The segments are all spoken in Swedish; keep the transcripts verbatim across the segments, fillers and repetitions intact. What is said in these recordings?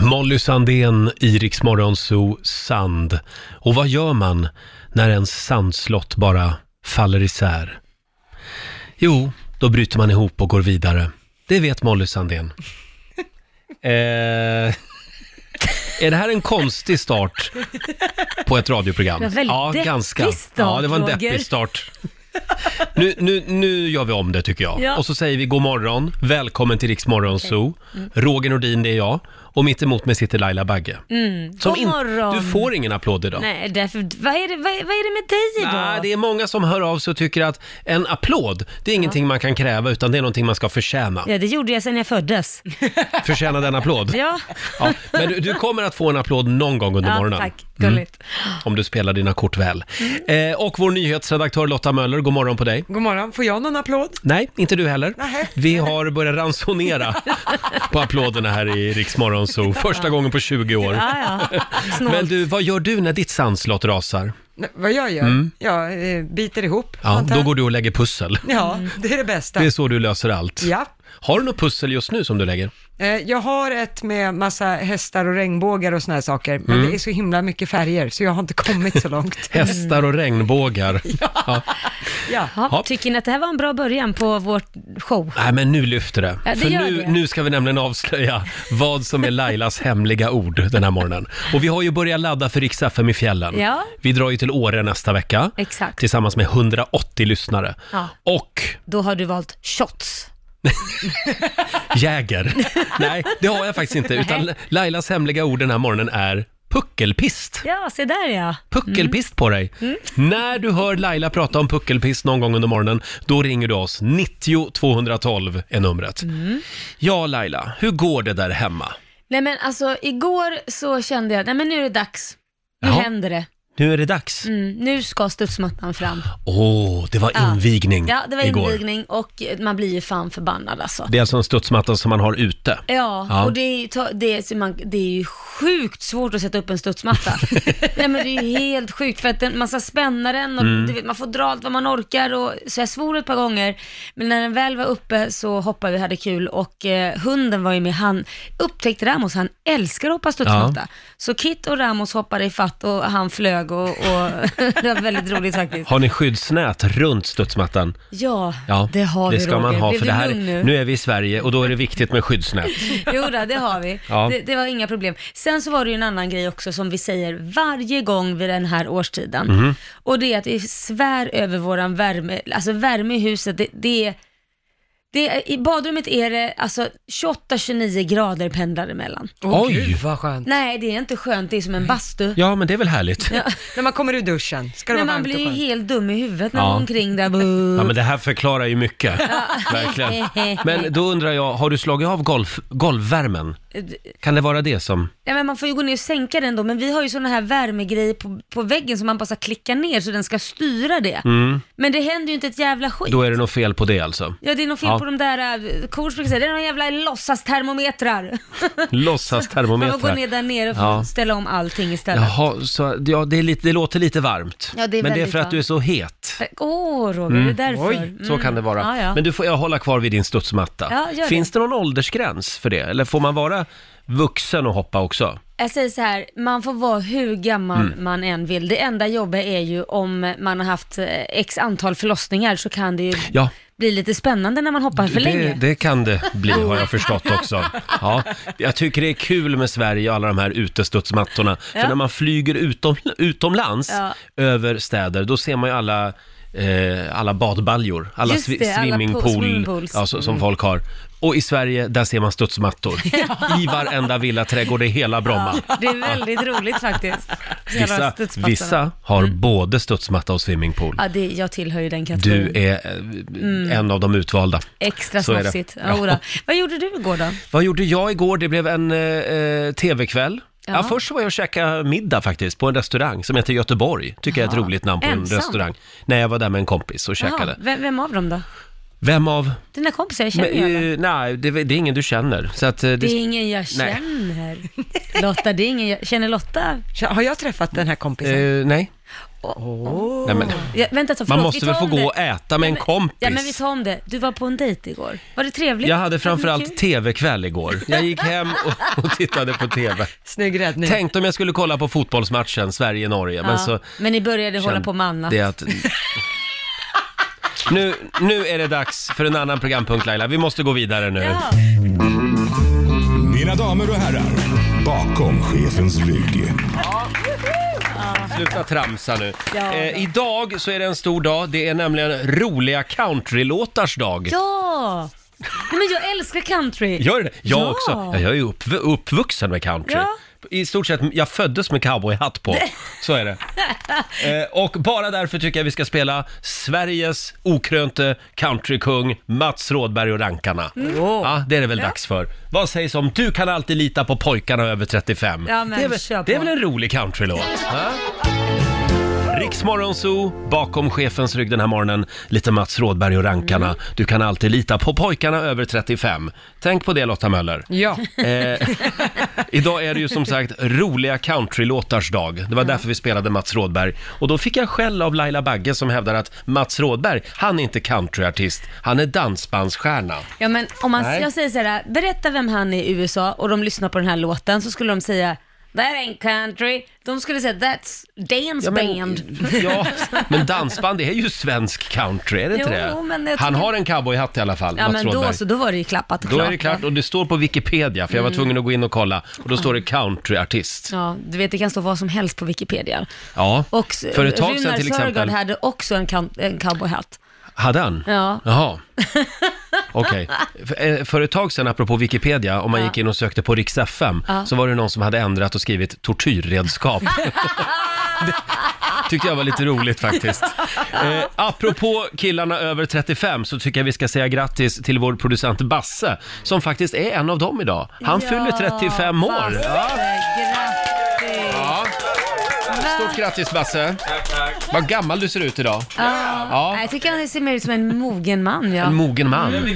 Molly Sandén i Rix Morgon Zoo, sand. Och vad gör man när en sandslott bara faller isär? Jo, då bryter man ihop och går vidare. Det vet Molly Sandén. eh, är det här en konstig start på ett radioprogram? Det var väldigt ja, deppig ganska. start, Ja, det var en Roger. deppig start. Nu, nu, nu gör vi om det tycker jag. Ja. Och så säger vi god morgon, välkommen till Rix Morgon Zoo. Okay. Mm. Roger Nordin, det är jag. Och mitt emot mig sitter Laila Bagge. Mm. Som God in, morgon. du får ingen applåd idag. Nej, därför, vad, är det, vad, är, vad är det med dig idag? Nej, det är många som hör av sig och tycker att en applåd, det är ingenting man kan kräva utan det är någonting man ska förtjäna. Ja, det gjorde jag sedan jag föddes. Förtjäna den applåd? Ja. Ja, men du, du kommer att få en applåd någon gång under Ja, morgonen. tack. Gulligt. Mm. Om du spelar dina kort väl. Mm. Eh, och vår nyhetsredaktör Lotta Möller, god morgon på dig. God morgon, får jag någon applåd? Nej, inte du heller. Nähä. Vi har börjat ransonera på applåderna här i Rix Morgon Zoo. Första gången på tjugo år. Ja, ja. Snålt. Men du, vad gör du när ditt sandslott rasar? Nej, vad jag gör? Mm. Jag eh, biter ihop. Ja, antar då jag. går du och lägger pussel. Ja, det är det bästa. Det är så du löser allt. Ja. Har du något pussel just nu som du lägger? Eh, jag har ett med massa hästar och regnbågar och såna här saker, men Mm. det är så himla mycket färger, så jag har inte kommit så långt. Hästar och regnbågar. Ja. Ja. Ja, Ja. tycker ni att det här var en bra början på vårt show? Nej, men nu lyfter det. Ja, det För gör nu, det. nu ska vi nämligen avslöja vad som är Lailas hemliga ord den här morgonen. Och vi har ju börjat ladda för Rix F M i fjällen. Ja. Vi drar ju till Åre nästa vecka. Exakt. Tillsammans med hundraåttio lyssnare. Ja. Och Då har du valt shots. Jäger. Nej, det har jag faktiskt inte. Utan Lailas hemliga ord den här morgonen är puckelpist. Ja, se där ja. Puckelpist på dig. När du hör Laila prata om puckelpist någon gång under morgonen, då ringer du oss. nittio tvåhundratolv är numret. Ja, Laila, hur går det där hemma? Nej men alltså, igår så kände jag, nej men nu är det dags. Nu Jaha. händer det. Nu är det dags. Mm, nu ska studsmattan fram. Åh, det var Ja. invigning Ja, det var igår. invigning och man blir ju fan förbannad alltså. Det är alltså en studsmatta som man har ute. Ja, Ja. och det är, ju ta- det, är, så man, det är ju sjukt svårt att sätta upp en studsmatta. Nej men det är ju helt sjukt för att den, man ska spänna den och Mm. du vet, man får dra allt vad man orkar och så jag svor ett par gånger. Men när den väl var uppe så hoppade vi, hade kul och eh, hunden var ju med, han upptäckte Ramos, han älskar att hoppa studsmatta. Ja. Så Kit och Ramos hoppade i fatt och han flög och, och det var väldigt roligt faktiskt. Har ni skyddsnät runt studsmattan? Ja, Ja, det har vi det ska Roger. man ha Blev för du det här. lugn nu? Nu är vi i Sverige och då är det viktigt med skyddsnät. Jo då, det har vi. Ja. Det, det var inga problem. Sen så var det ju en annan grej också som vi säger varje gång vid den här årstiden. Mhm. Och det är att vi svär över våran värme, alltså värme i huset, det, det är... Det är, i badrummet är det alltså tjugoåtta till tjugonio grader pendlar emellan. Åh, Oj. Gud, vad skönt. Nej, det är inte skönt, det är som en bastu. Ja, men det är väl härligt. Ja, När man kommer ur duschen, ska det Men vara man varmt blir och ju skönt. helt dum i huvudet när Ja. man går omkring där. Buh. men det här förklarar ju mycket. Verkligen. Men då undrar jag, har du slagit av golf, golvvärmen? Kan det vara det som... Ja, men man får ju gå ner och sänka den då, men vi har ju såna här värmegrejer på, på väggen som man bara ska klicka ner så den ska styra det. Men det händer ju inte ett jävla skit. Då är det något fel på det alltså. Ja, det är nog fel Ja. på de där, uh, Kors brukar säga, det är någon jävla låtsastermometrar. Låtsas Man får gå termometrar. ner där nere och få Ja. ställa om allting istället. Jaha, så ja, det, är lite, det låter lite varmt. Ja, det är men det är väldigt för att varmt. du är så het. Åh, oh, Roger, det är därför. Oj, Mm. Så kan det vara. Ja, ja. Men du får jag hålla kvar vid din studsmatta. Ja, gör det. Finns det någon åldersgräns för det? Eller får man vara vuxen och hoppa också? Jag säger så här, man får vara hur gammal Mm. man än vill. Det enda jobbet är ju om man har haft eh, x antal förlossningar så kan det ju Ja. bli lite spännande när man hoppar för Det, länge. det kan det bli, har jag förstått också. Ja, jag tycker det är kul med Sverige och alla de här utestudsmattorna. För Ja. när man flyger utom, utomlands Ja. över städer, då ser man ju alla, eh, alla badbaljor, alla Just swi- det, alla swimmingpool po- swimmingpools. ja, så, som folk har. Och i Sverige, där ser man studsmattor. I varenda villaträdgård i hela Bromma. Ja, det är väldigt roligt faktiskt. Så jävla Vissa, studsmattorna. vissa har både studsmatta och swimmingpool. Ja, det, jag tillhör ju den kategorin. Du är eh, en av de utvalda. Extra Så är det. snofsigt. Ja. Ja. Vad gjorde du igår då? Vad gjorde jag igår? Det blev en eh, tv-kväll. Ja. Ja. först var jag och käkade middag faktiskt på en restaurang som heter Göteborg. Tycker jag är ett Jaha. roligt namn på Ensam? en restaurang. Nej, jag var där med en kompis och käkade. Jaha, vem, vem av dem då? Vem av? Dina kompisar, jag känner Men, ju alla. eh, nej, det, det är ingen du känner. Så att, eh, det, Det är ingen jag Nej. känner. Lotta, det är ingen jag... Känner Lotta? Har jag träffat den här kompisen? eh, nej. Oh. Nej, men, Ja, vänta, så, man förlåt, måste väl få gå det. och äta med ja, en men, kompis. Ja, men vi tar om det. Du var på en dejt igår. Var det trevligt? Jag hade framförallt kul? tv-kväll igår. Jag gick hem och, och tittade på tv. Snygg räddning. Tänkte om jag skulle kolla på fotbollsmatchen Sverige-Norge, Ja, men så... men ni började hålla på med annat. Det att... nu, nu är det dags för en annan programpunkt, Laila. Vi måste gå vidare nu. Ja. Mina damer och herrar, bakom chefens rygg. Sluta tramsa nu. Ja. Eh, idag så är det en stor dag. Det är nämligen roliga countrylåtars dag. Ja! Nej, men jag älskar country. Gör det? Jag Ja. också. Ja, jag är ju uppv- uppvuxen med country. Ja. I stort sett, jag föddes med cowboyhatt på. Så är det. Eh, och bara därför tycker jag vi ska spela Sveriges okrönte countrykung Mats Rådberg och Rankarna. Mm. Ja, det är det väl dags för. Vad sägs om Du kan alltid lita på pojkarna över trettiofem? Ja, men det, är väl, kör på. det är väl en rolig countrylåt? Ja? Riksmorgonzoo, bakom chefens rygg den här morgonen, lite Mats Rådberg och Rankarna. Mm. Du kan alltid lita på pojkarna över trettiofem. Tänk på det, Lotta Möller. Ja. Eh, idag är det ju som sagt roliga countrylåtars dag. Det var därför vi spelade Mats Rådberg. Och då fick jag skäll av Laila Bagge som hävdar att Mats Rådberg, han är inte countryartist, han är dansbandsstjärna. Ja, men om man, Nej. jag säger så här, berätta vem han är i U S A och de lyssnar på den här låten, så skulle de säga that ain't country. De skulle säga that's dance Ja, men, band. ja, men dansband det är ju svensk country, är det inte Jo, det? men jag Han tycker- har en cowboyhatt i alla fall, Ja, Mats men då, Rådberg. så, då var det ju klappat och Då klart. är det klart, och det står på Wikipedia, för jag var tvungen att gå in och kolla. Och då står det countryartist. Ja, du vet, det kan stå vad som helst på Wikipedia. Ja, Och för ett tag sedan Runar till Sörgård exempel. hade också en, cow- en cowboyhatt. Hade han? Ja. Jaha. Okej. För, eh, för ett tag sedan, apropå Wikipedia, om man Ja. gick in och sökte på Rix F M, Ja. så var det någon som hade ändrat och skrivit tortyrredskap. Det tyckte jag var lite roligt faktiskt. Eh, apropå killarna över trettiofem så tycker jag vi ska säga grattis till vår producent Basse, som faktiskt är en av dem idag. Han Ja, fyller trettiofem år. Basse, Ja. grattis! Ja. Stort grattis Basse. Vad gammal du ser ut idag. Ja. Ja. Jag tycker han ser mer ut som en mogen man. Ja. En mogen man. Mm.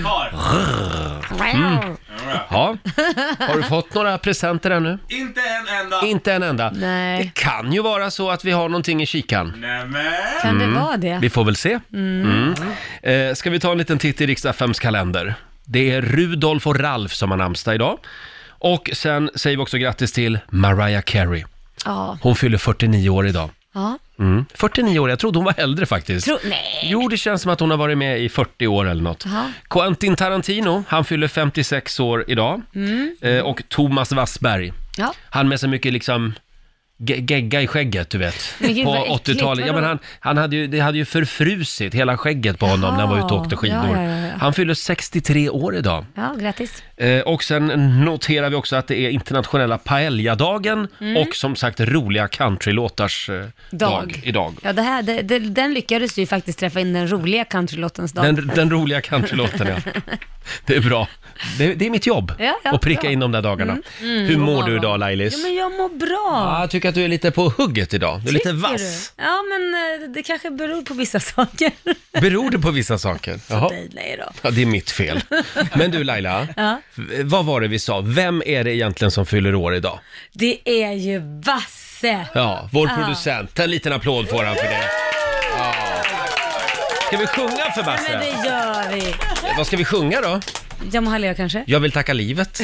Ja. Har du fått några presenter ännu? Inte en enda. Inte en enda. Nej. Det kan ju vara så att vi har någonting i kikan. Nämen. Kan det vara det? Vi får väl se. Mm. Eh, ska vi ta en liten titt i Rix F M:s kalender? Det är Rudolf och Ralf som har namnsdag idag. Och sen säger vi också grattis till Mariah Carey. Ja. Hon fyller fyrtionio år idag. Ja. Mm. fyrtionio år, jag trodde hon var äldre faktiskt. Tro, nej. Jo, det känns som att hon har varit med i fyrtio år eller något. Jaha. Quentin Tarantino, han fyller femtiosex år idag. Eh, och Thomas Wassberg, Ja. han med så mycket liksom ge- gegga i skägget, du vet. Men gud, på vad äckligt, åttiotalet. Ja, vadå? men han, han hade ju, det hade ju förfrusit hela skägget på honom när han var ute och åkte skidor. Ja, ja, ja, ja. Han fyller sextiotre år idag. Ja, grattis. Eh, och sen noterar vi också att det är internationella paella-dagen och som sagt roliga countrylåtars eh, dag. Dag. idag. Ja, det här, det, det, den lyckades du ju faktiskt träffa in den roliga countrylåtens dag. Den, den roliga countrylåten, ja. Det är bra. Det, det är mitt jobb Ja, ja, att pricka bra. in de där dagarna. Hur mår du idag, Lailis? Ja, men jag mår bra. Ja, jag tycker att du är lite på hugget idag. Du är lite Tycker vass. du? Ja, men eh, det kanske beror på vissa saker. Beror det på vissa saker? Jaha. Nej, nej då. Ja, det är mitt fel. Men du Laila, Ja. v- vad var det vi sa? Vem är det egentligen som fyller år idag? Det är ju Basse. Ja, vår Ja. producent. En liten applåd får han för det. Ja. Ska vi sjunga för Ja, men Basse? det gör vi. Vad ska vi sjunga då? Jag må halleluja kanske? Jag vill tacka livet.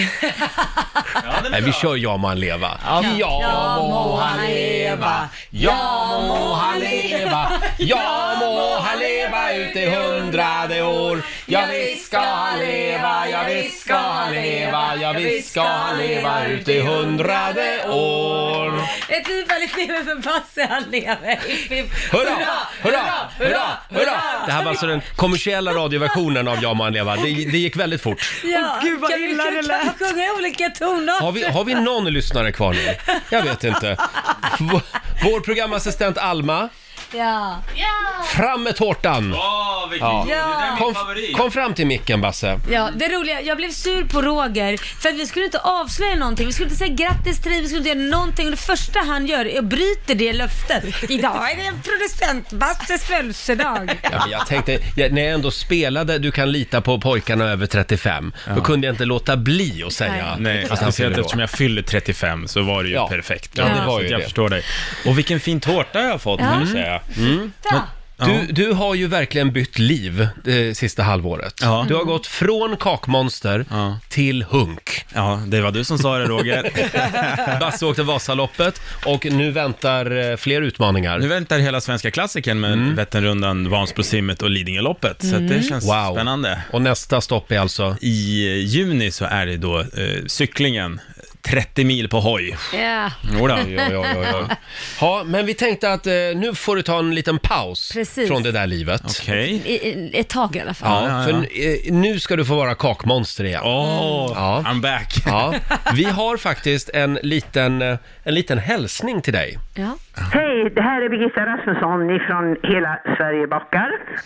Nej, vi kör Ja må han leva. Ja må han leva, ja må han leva, ja må han leva ut i hundrade år. Ja visst ska han leva, ja visst ska han leva, ja visst ska han leva ut i hundrade år. Ett tillfälligt lever för Basse, han lever. Hurra, hurra, hurra, hurra! Det här var alltså den kommersiella radioversionen av Ja må han leva. Det, det gick väldigt fort. Ja, Åh, gud, vad kan vi- illa det kan lät. vi sjunga olika toner? Har vi, har vi någon lyssnare kvar nu? Jag vet inte. Vår, vår programassistent Alma, Ja. fram med tårtan! Åh, vilken Ja. det är min Kom, favorit. kom fram till micken, Basse. Ja, det roliga, jag blev sur på Roger för att vi skulle inte avslöja någonting. Vi skulle inte säga grattis till dig, vi skulle inte göra någonting. Och det första han gör är att bryta det löftet. Idag är det en producent Basses födelsedag. Ja, men jag tänkte, ja, när jag ändå spelade Du kan lita på pojkarna över trettiofem, då kunde jag inte låta bli att säga Nej, att han speciellt fyller år. eftersom jag fyller trettiofem så var det ju Ja. perfekt. Ja, det var ju jag det. förstår dig. Och vilken fin tårta jag har fått, Ja. måste jag säga. Ja. Du, du har ju verkligen bytt liv det sista halvåret. Ja. Du har gått från kakmonster Ja. till hunk. Ja, det var du som sa det, Roger. Basse åkte Vasaloppet och nu väntar eh, fler utmaningar. Nu väntar hela svenska klassikern med mm. Vätternrundan, Vansbrosimmet och Lidingöloppet. Så att det känns Wow. spännande. Och nästa stopp är alltså? I juni så är det då eh, cyklingen. trettio mil på hoj. Ja, Jodå. Oj, oj, oj, oj, oj. Ja, men vi tänkte att eh, nu får du ta en liten paus Precis. från det där livet. Okej. i, i, ett tag i alla fall. Ja, Ja, ja, för ja. eh, nu ska du få vara kakmonster igen. Åh, Ja. I'm back. Ja, vi har faktiskt en liten, eh, en liten hälsning till dig. Ja. Hej, det här är Birgitta Rasmusson ifrån Hela Sverige bakar.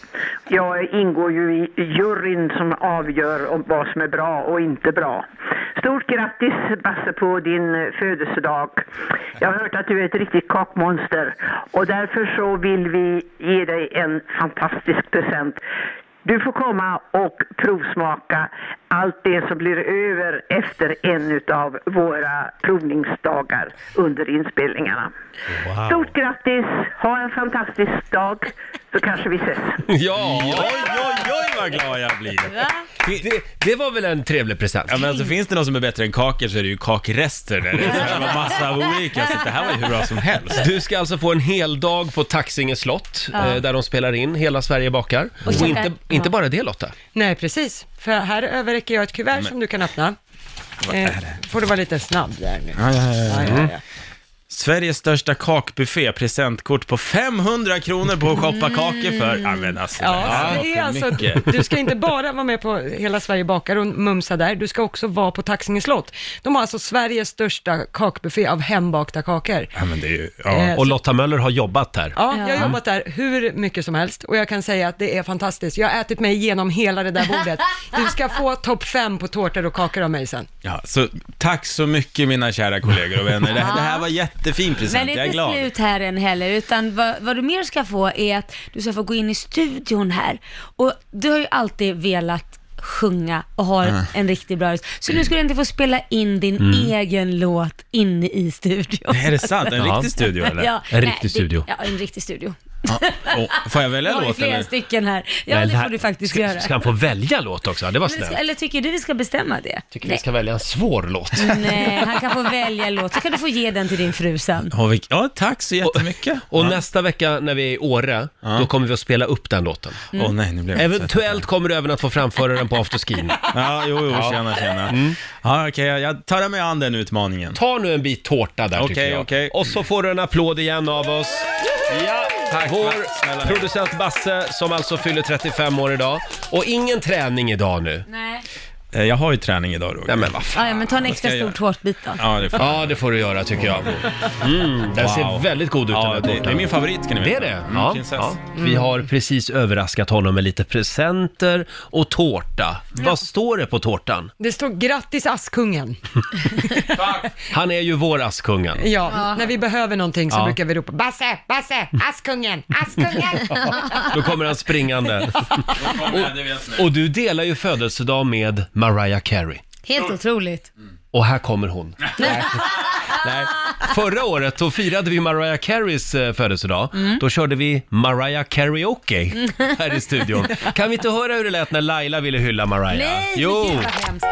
Jag ingår ju i juryn som avgör om vad som är bra och inte bra. Stort grattis Basse på din födelsedag. Jag har hört att du är ett riktigt kakmonster och därför så vill vi ge dig en fantastisk present. Du får komma och provsmaka allt det som blir över efter en av våra provningsdagar under inspelningarna. Wow. Stort grattis, ha en fantastisk dag, så kanske vi ses. Ja, Oj, oj, oj vad glad jag blir. Va? det, det var väl en trevlig present. Ja, men alltså, finns det något som är bättre än kakor så är det ju kakrester där. Det var massa av olika, så det här var ju hur bra som helst. Du ska alltså få en hel dag på Taxinge slott, Ja. eh, där de spelar in Hela Sverige bakar. Och, käka- inte, inte ja. bara det, Lotta. Nej, precis. För här överräcker jag ett kuvert som du kan öppna. Eh, får du vara lite snabb där nu. Ja, ja, ja, ja. Ja, ja, ja. Sveriges största kakbuffé, presentkort på femhundra kronor på att shoppa kakor för. Ja, men alltså, Ja, här det var är för alltså, mycket. du ska inte bara vara med på Hela Sverige bakar och mumsa där, du ska också vara på Taxinge slott. De har alltså Sveriges största kakbuffé av hembakta kakor. Ja, men det är ju, ja. Eh, Och Lotta Möller har jobbat där. Ja, jag har Ja. jobbat där hur mycket som helst och jag kan säga att det är fantastiskt. Jag har ätit mig igenom hela det där bordet. Du ska få topp fem på tårtor och kakor av mig sen. Ja, så tack så mycket mina kära kollegor och vänner. Det, det här var jättefin present, Men det jag är är inte glad. slut här än heller, utan vad, vad du mer ska få är att du ska få gå in i studion här. Och du har ju alltid velat sjunga och har en riktigt bra röst. Så nu ska du inte få spela in din Mm. egen låt inne i studion. Är det sant? En Ja. riktig studio eller? Ja, En nej, riktig det- studio. Ja, en riktig studio. Ja. Och, får jag välja Jag har ju låt flera eller? stycken här. Ja, Men det här- får du faktiskt ska, göra. Ska han få välja låt också? Det var Men ska, snällt. eller tycker du vi ska bestämma det? Tycker vi ska välja en svår låt. Nej, han kan få välja en låt. Så kan du få ge den till din fru sen. Ja, vilk- ja, tack så jättemycket. Och ja. nästa vecka när vi är i Åre, då kommer vi att spela upp den låten. Åh nej, nu blev jag Eventuellt kommer du även att få framföra den på afterskin. Ja, jo, jo, tjena, tjena. Ja, okej, jag, jag tar mig an den utmaningen. Ta nu en bit tårta där, Okej, tycker jag. okej. Och så får du en applåd igen av oss. Ja, Tack, vår snälla ni. producent Basse som alltså fyller trettiofem år idag. Och ingen träning idag nu. Nej. Eh, Jag har ju träning idag, Roger. Nej men vad fan. Ja, ja, men ta en extra ska jag stor tårtbit då. Ja, det får... Ja, det får du göra tycker jag. Mm, den ser Wow. väldigt god ut, Ja, den här det, tårtan. det är min favorit, kan ni Det veta. är det? Mm, Ja, prinsess. ja. Vi har precis överraskat honom med lite presenter och tårta. Vad står det på tårtan? Det står grattis Askungen. Han är ju vår Askungen. Ja, när vi behöver någonting så Ja. brukar vi ropa Basse, Basse, Askungen, Askungen. Då kommer han springande. Kom igen, det vet ni. Och du delar ju födelsedag med Mariah Carey. Helt otroligt. Och här kommer hon. Nej. Nej. Förra året då firade vi Mariah Careys eh, födelsedag. Då körde vi Mariah Karaoke här i studion. Kan vi inte höra hur det lät när Laila ville hylla Mariah? Nej, Jo! gud vad hemskt.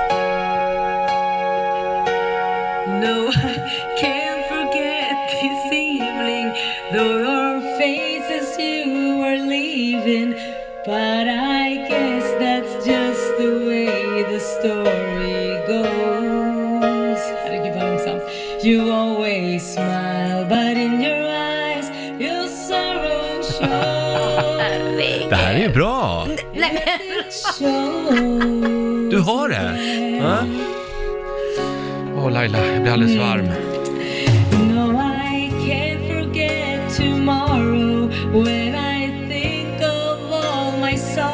No, I can't forget this evening, though our faces you were leaving. But I guess that's just the way the story goes. Herregud vad långsamt. You always smile, but in your eyes your sorrow shows. Det här är ju bra! Nej, men... Shows. Du har det? Ja. Åh Laila, jag blir alldeles varm. No, I can't forget tomorrow when I think of all my sorrow.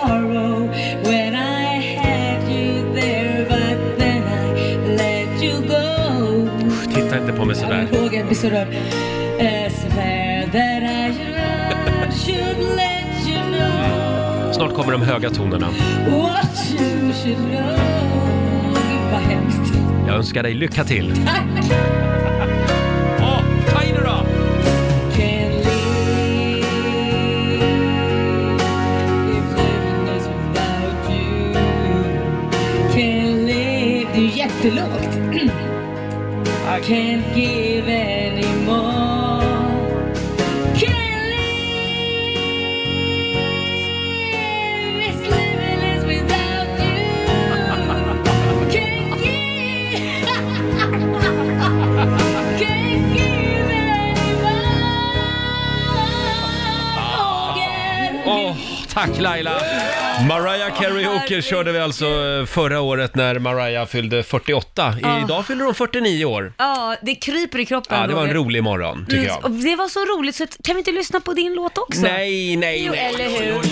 inte på mig sådär. Roger blir så rörd. I swear that I should let you know Snart kommer de höga tonerna. what you should know. Gud vad hemskt. Jag önskar dig lycka till. Åh, ta in det då! Can't live if living is without you. Can't live. Det är ju jättelågt. I can't give anymore. Can't live if living is without you. Can't give. Can't give anymore. Åh, tack Laila! Mariah Karaoke körde vi alltså förra året när Mariah fyllde fyrtioåtta. Idag fyller hon fyrtionio år. Ja, det kryper i kroppen. Ja, det var en Roger. rolig morgon, tycker Mm, och jag. det var så roligt, så kan vi inte lyssna på din låt också? Nej, nej, Jo, nej. eller hur?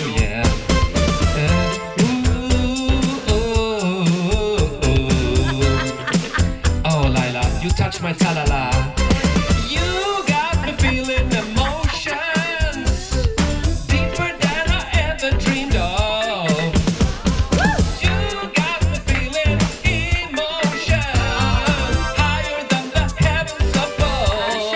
Oh, Laila, you touch my talala. You got me feeling emotions deeper than I ever dreamed of. You got me feeling emotions higher than the heavens above.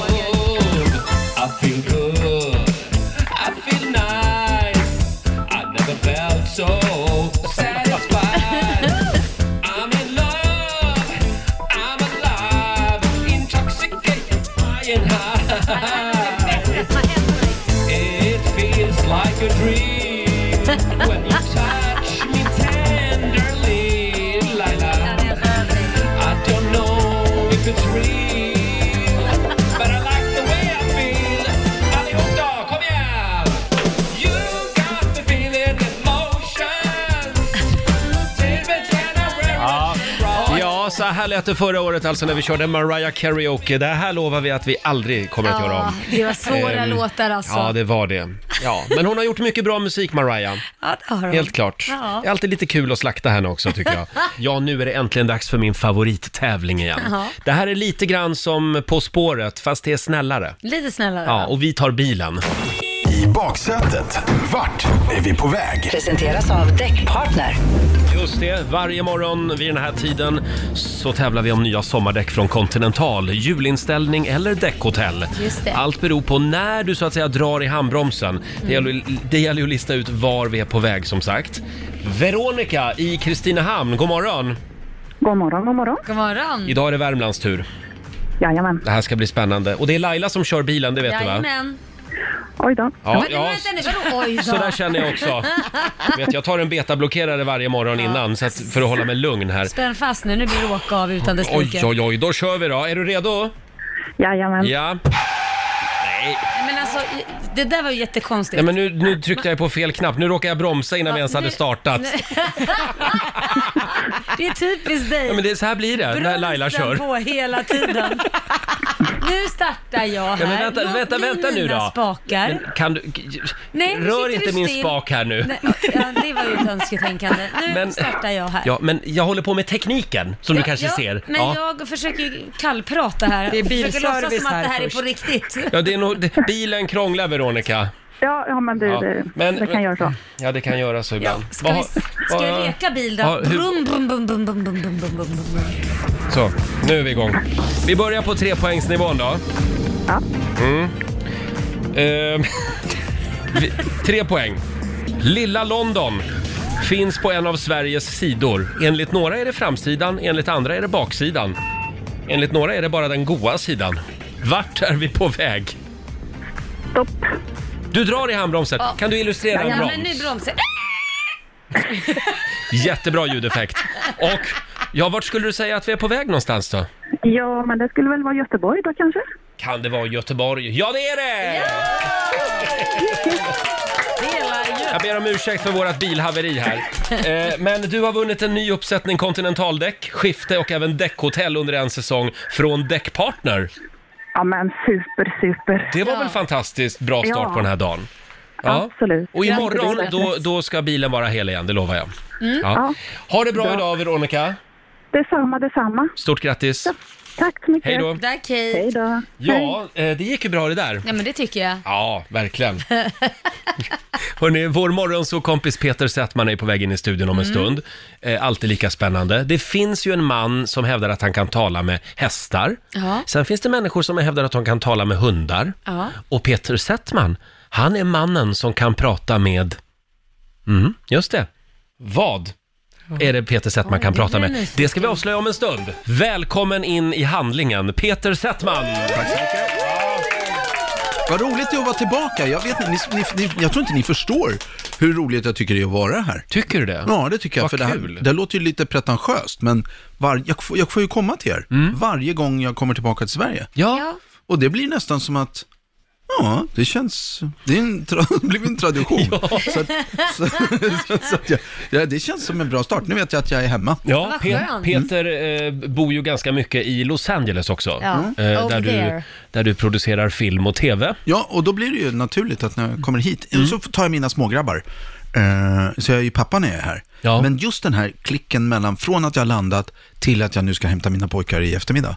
I feel good. I feel nice. I never felt so satisfied. I'm in love. I'm alive. Intoxicated, flying high. It feels like a dream when you touch me tenderly, Laila. I don't know if it's real, but I like the way I feel. Allihop då, kom igen! You got me feeling emotions. Till me Ja. Ja, så här lät det förra året alltså när vi körde Mariah Karaoke. Det här lovar vi att vi aldrig kommer att göra Ja, om. det var svåra Ehm, låtar alltså. Ja, det var det. Ja, men hon har gjort mycket bra musik, Mariah. Ja, det har hon. Helt klart. Ja. Det är alltid lite kul att slakta henne också, tycker jag. Ja, nu är det äntligen dags för min favorittävling igen. Jaha. Det här är lite grann som På spåret, fast det är snällare. Lite snällare. Ja, och vi tar bilen. I baksätet, vart är vi på väg? Presenteras av Däckpartner. Just det, varje morgon vid den här tiden så tävlar vi om nya sommardäck från Continental, julinställning eller däckhotell. Just det. Allt beror på när du så att säga drar i handbromsen. Det, gäller, det gäller ju att lista ut var vi är på väg, som sagt. Veronica i Kristinehamn, god morgon. God morgon, god morgon. God morgon. Idag är det Värmlands tur. Jajamän. Det här ska bli spännande. Och det är Laila som kör bilen, det vet du va? Jajamän. Oj då. Ja, Men ja, vänta nu, vadå oj då? så där känner jag också. Vet, jag tar en betablockerare varje morgon innan så att, för att hålla mig lugn här. Spänn fast nu, nu blir det åka av utan dess Oj, like. oj, oj, då kör vi då. Är du redo? Jajamän. Ja. Nej. Men alltså, det där var ju jättekonstigt. Nej, men nu, nu tryckte jag på fel knapp. Nu råkade jag bromsa innan vi ens hade nu- startat. Det är typiskt dig. Ja, men det, så här blir det när Laila Bromsa kör. på hela tiden. Nu startar jag här. Ja, men vänta, Låt vänta, bli vänta nu mina då. spakar. Men kan du... Nej, nu Rör sitter inte du min still. spak här nu. Nej, ja, det var ju ett önsketänkande. Nu Men- startar jag här. Ja, men jag håller på med tekniken, som du kanske ja, ser. Men Ja. jag försöker ju kallprata här. Det är och försöker bilservice låtsas som att här det här först. är på riktigt. Ja, det är nog... det- Bilen krånglar, Veronica. Ja, ja men det, Ja, det, men- det kan göra så. Ja, det kan göra så Ja, ibland. ska, vi, ska jag leka bil då? Ja, hur- Brum, brum, brum, brum, brum, brum, brum, brum, brum, brum. Så, nu är vi igång. Vi börjar på trepoängsnivån då. Ja. Mm. Ehm, vi- tre poäng. Lilla London finns på en av Sveriges sidor. Enligt några är det framsidan, enligt andra är det baksidan. Enligt några är det bara den goa sidan. Vart är vi på väg? Stopp. Du drar i handbromsen. Ja. Kan du illustrera en Ja, broms? men nu bromsar. Jättebra ljudeffekt. Och ja, vart skulle du säga att vi är på väg någonstans då? Ja, men det skulle väl vara Göteborg då kanske? Kan det vara Göteborg? Ja, det är det! Jag ber om ursäkt för vårat bilhaveri här. Eh, men du har vunnit en ny uppsättning Continentaldäck, skifte och även däckhotell under en säsong från Däckpartner. Ja, men super, super. Det var Ja. väl fantastiskt bra start Ja. på den här dagen. Absolut. Och imorgon Ja, då, då ska bilen vara hel igen, det lovar jag. Ja. Ja. Ha det bra Bra. idag, Veronica. Detsamma, detsamma. Stort grattis. Tack så mycket. Hej då. Tack, hej. Hej då. Ja, eh, det gick ju bra det där. Ja, men det tycker jag. Ja, verkligen. Hörrni, vår morgonsåkompis Peter Settman är på väg in i studion om en stund. Eh, alltid lika spännande. Det finns ju en man som hävdar att han kan tala med hästar. Ja. Sen finns det människor som hävdar att de kan tala med hundar. Ja. Och Peter Settman, han är mannen som kan prata med... Mm, just det. Vad är det Peter Settman Oj, kan det prata blir med? nyfiken. Det ska vi avslöja om en stund. Välkommen in i handlingen, Peter Settman. Tack så mycket. Vad roligt det är att vara tillbaka. Jag, vet, ni, ni, ni, jag tror inte ni förstår hur roligt jag tycker det är att vara här. Tycker du det? Ja, det tycker jag. Vad För det, kul. här, det låter ju lite pretentiöst, men var, jag, får- jag får ju komma till er varje gång jag kommer tillbaka till Sverige. Ja. Ja. Och det blir nästan som att, ja, det känns, det är en, tra, det blir en tradition. Så, att, så, så, så att jag, ja, det känns som en bra start. Nu vet jag att jag är hemma. Ja, Vad Pe- skönt. Peter eh, bor ju ganska mycket i Los Angeles också. Ja, Eh, over där, du, there. där du producerar film och tv. Ja, och då blir det ju naturligt att när jag kommer hit, så tar jag mina smågrabbar. Eh, så jag är ju pappa när jag är här. Ja. Men just den här klicken mellan, från att jag har landat till att jag nu ska hämta mina pojkar i eftermiddag,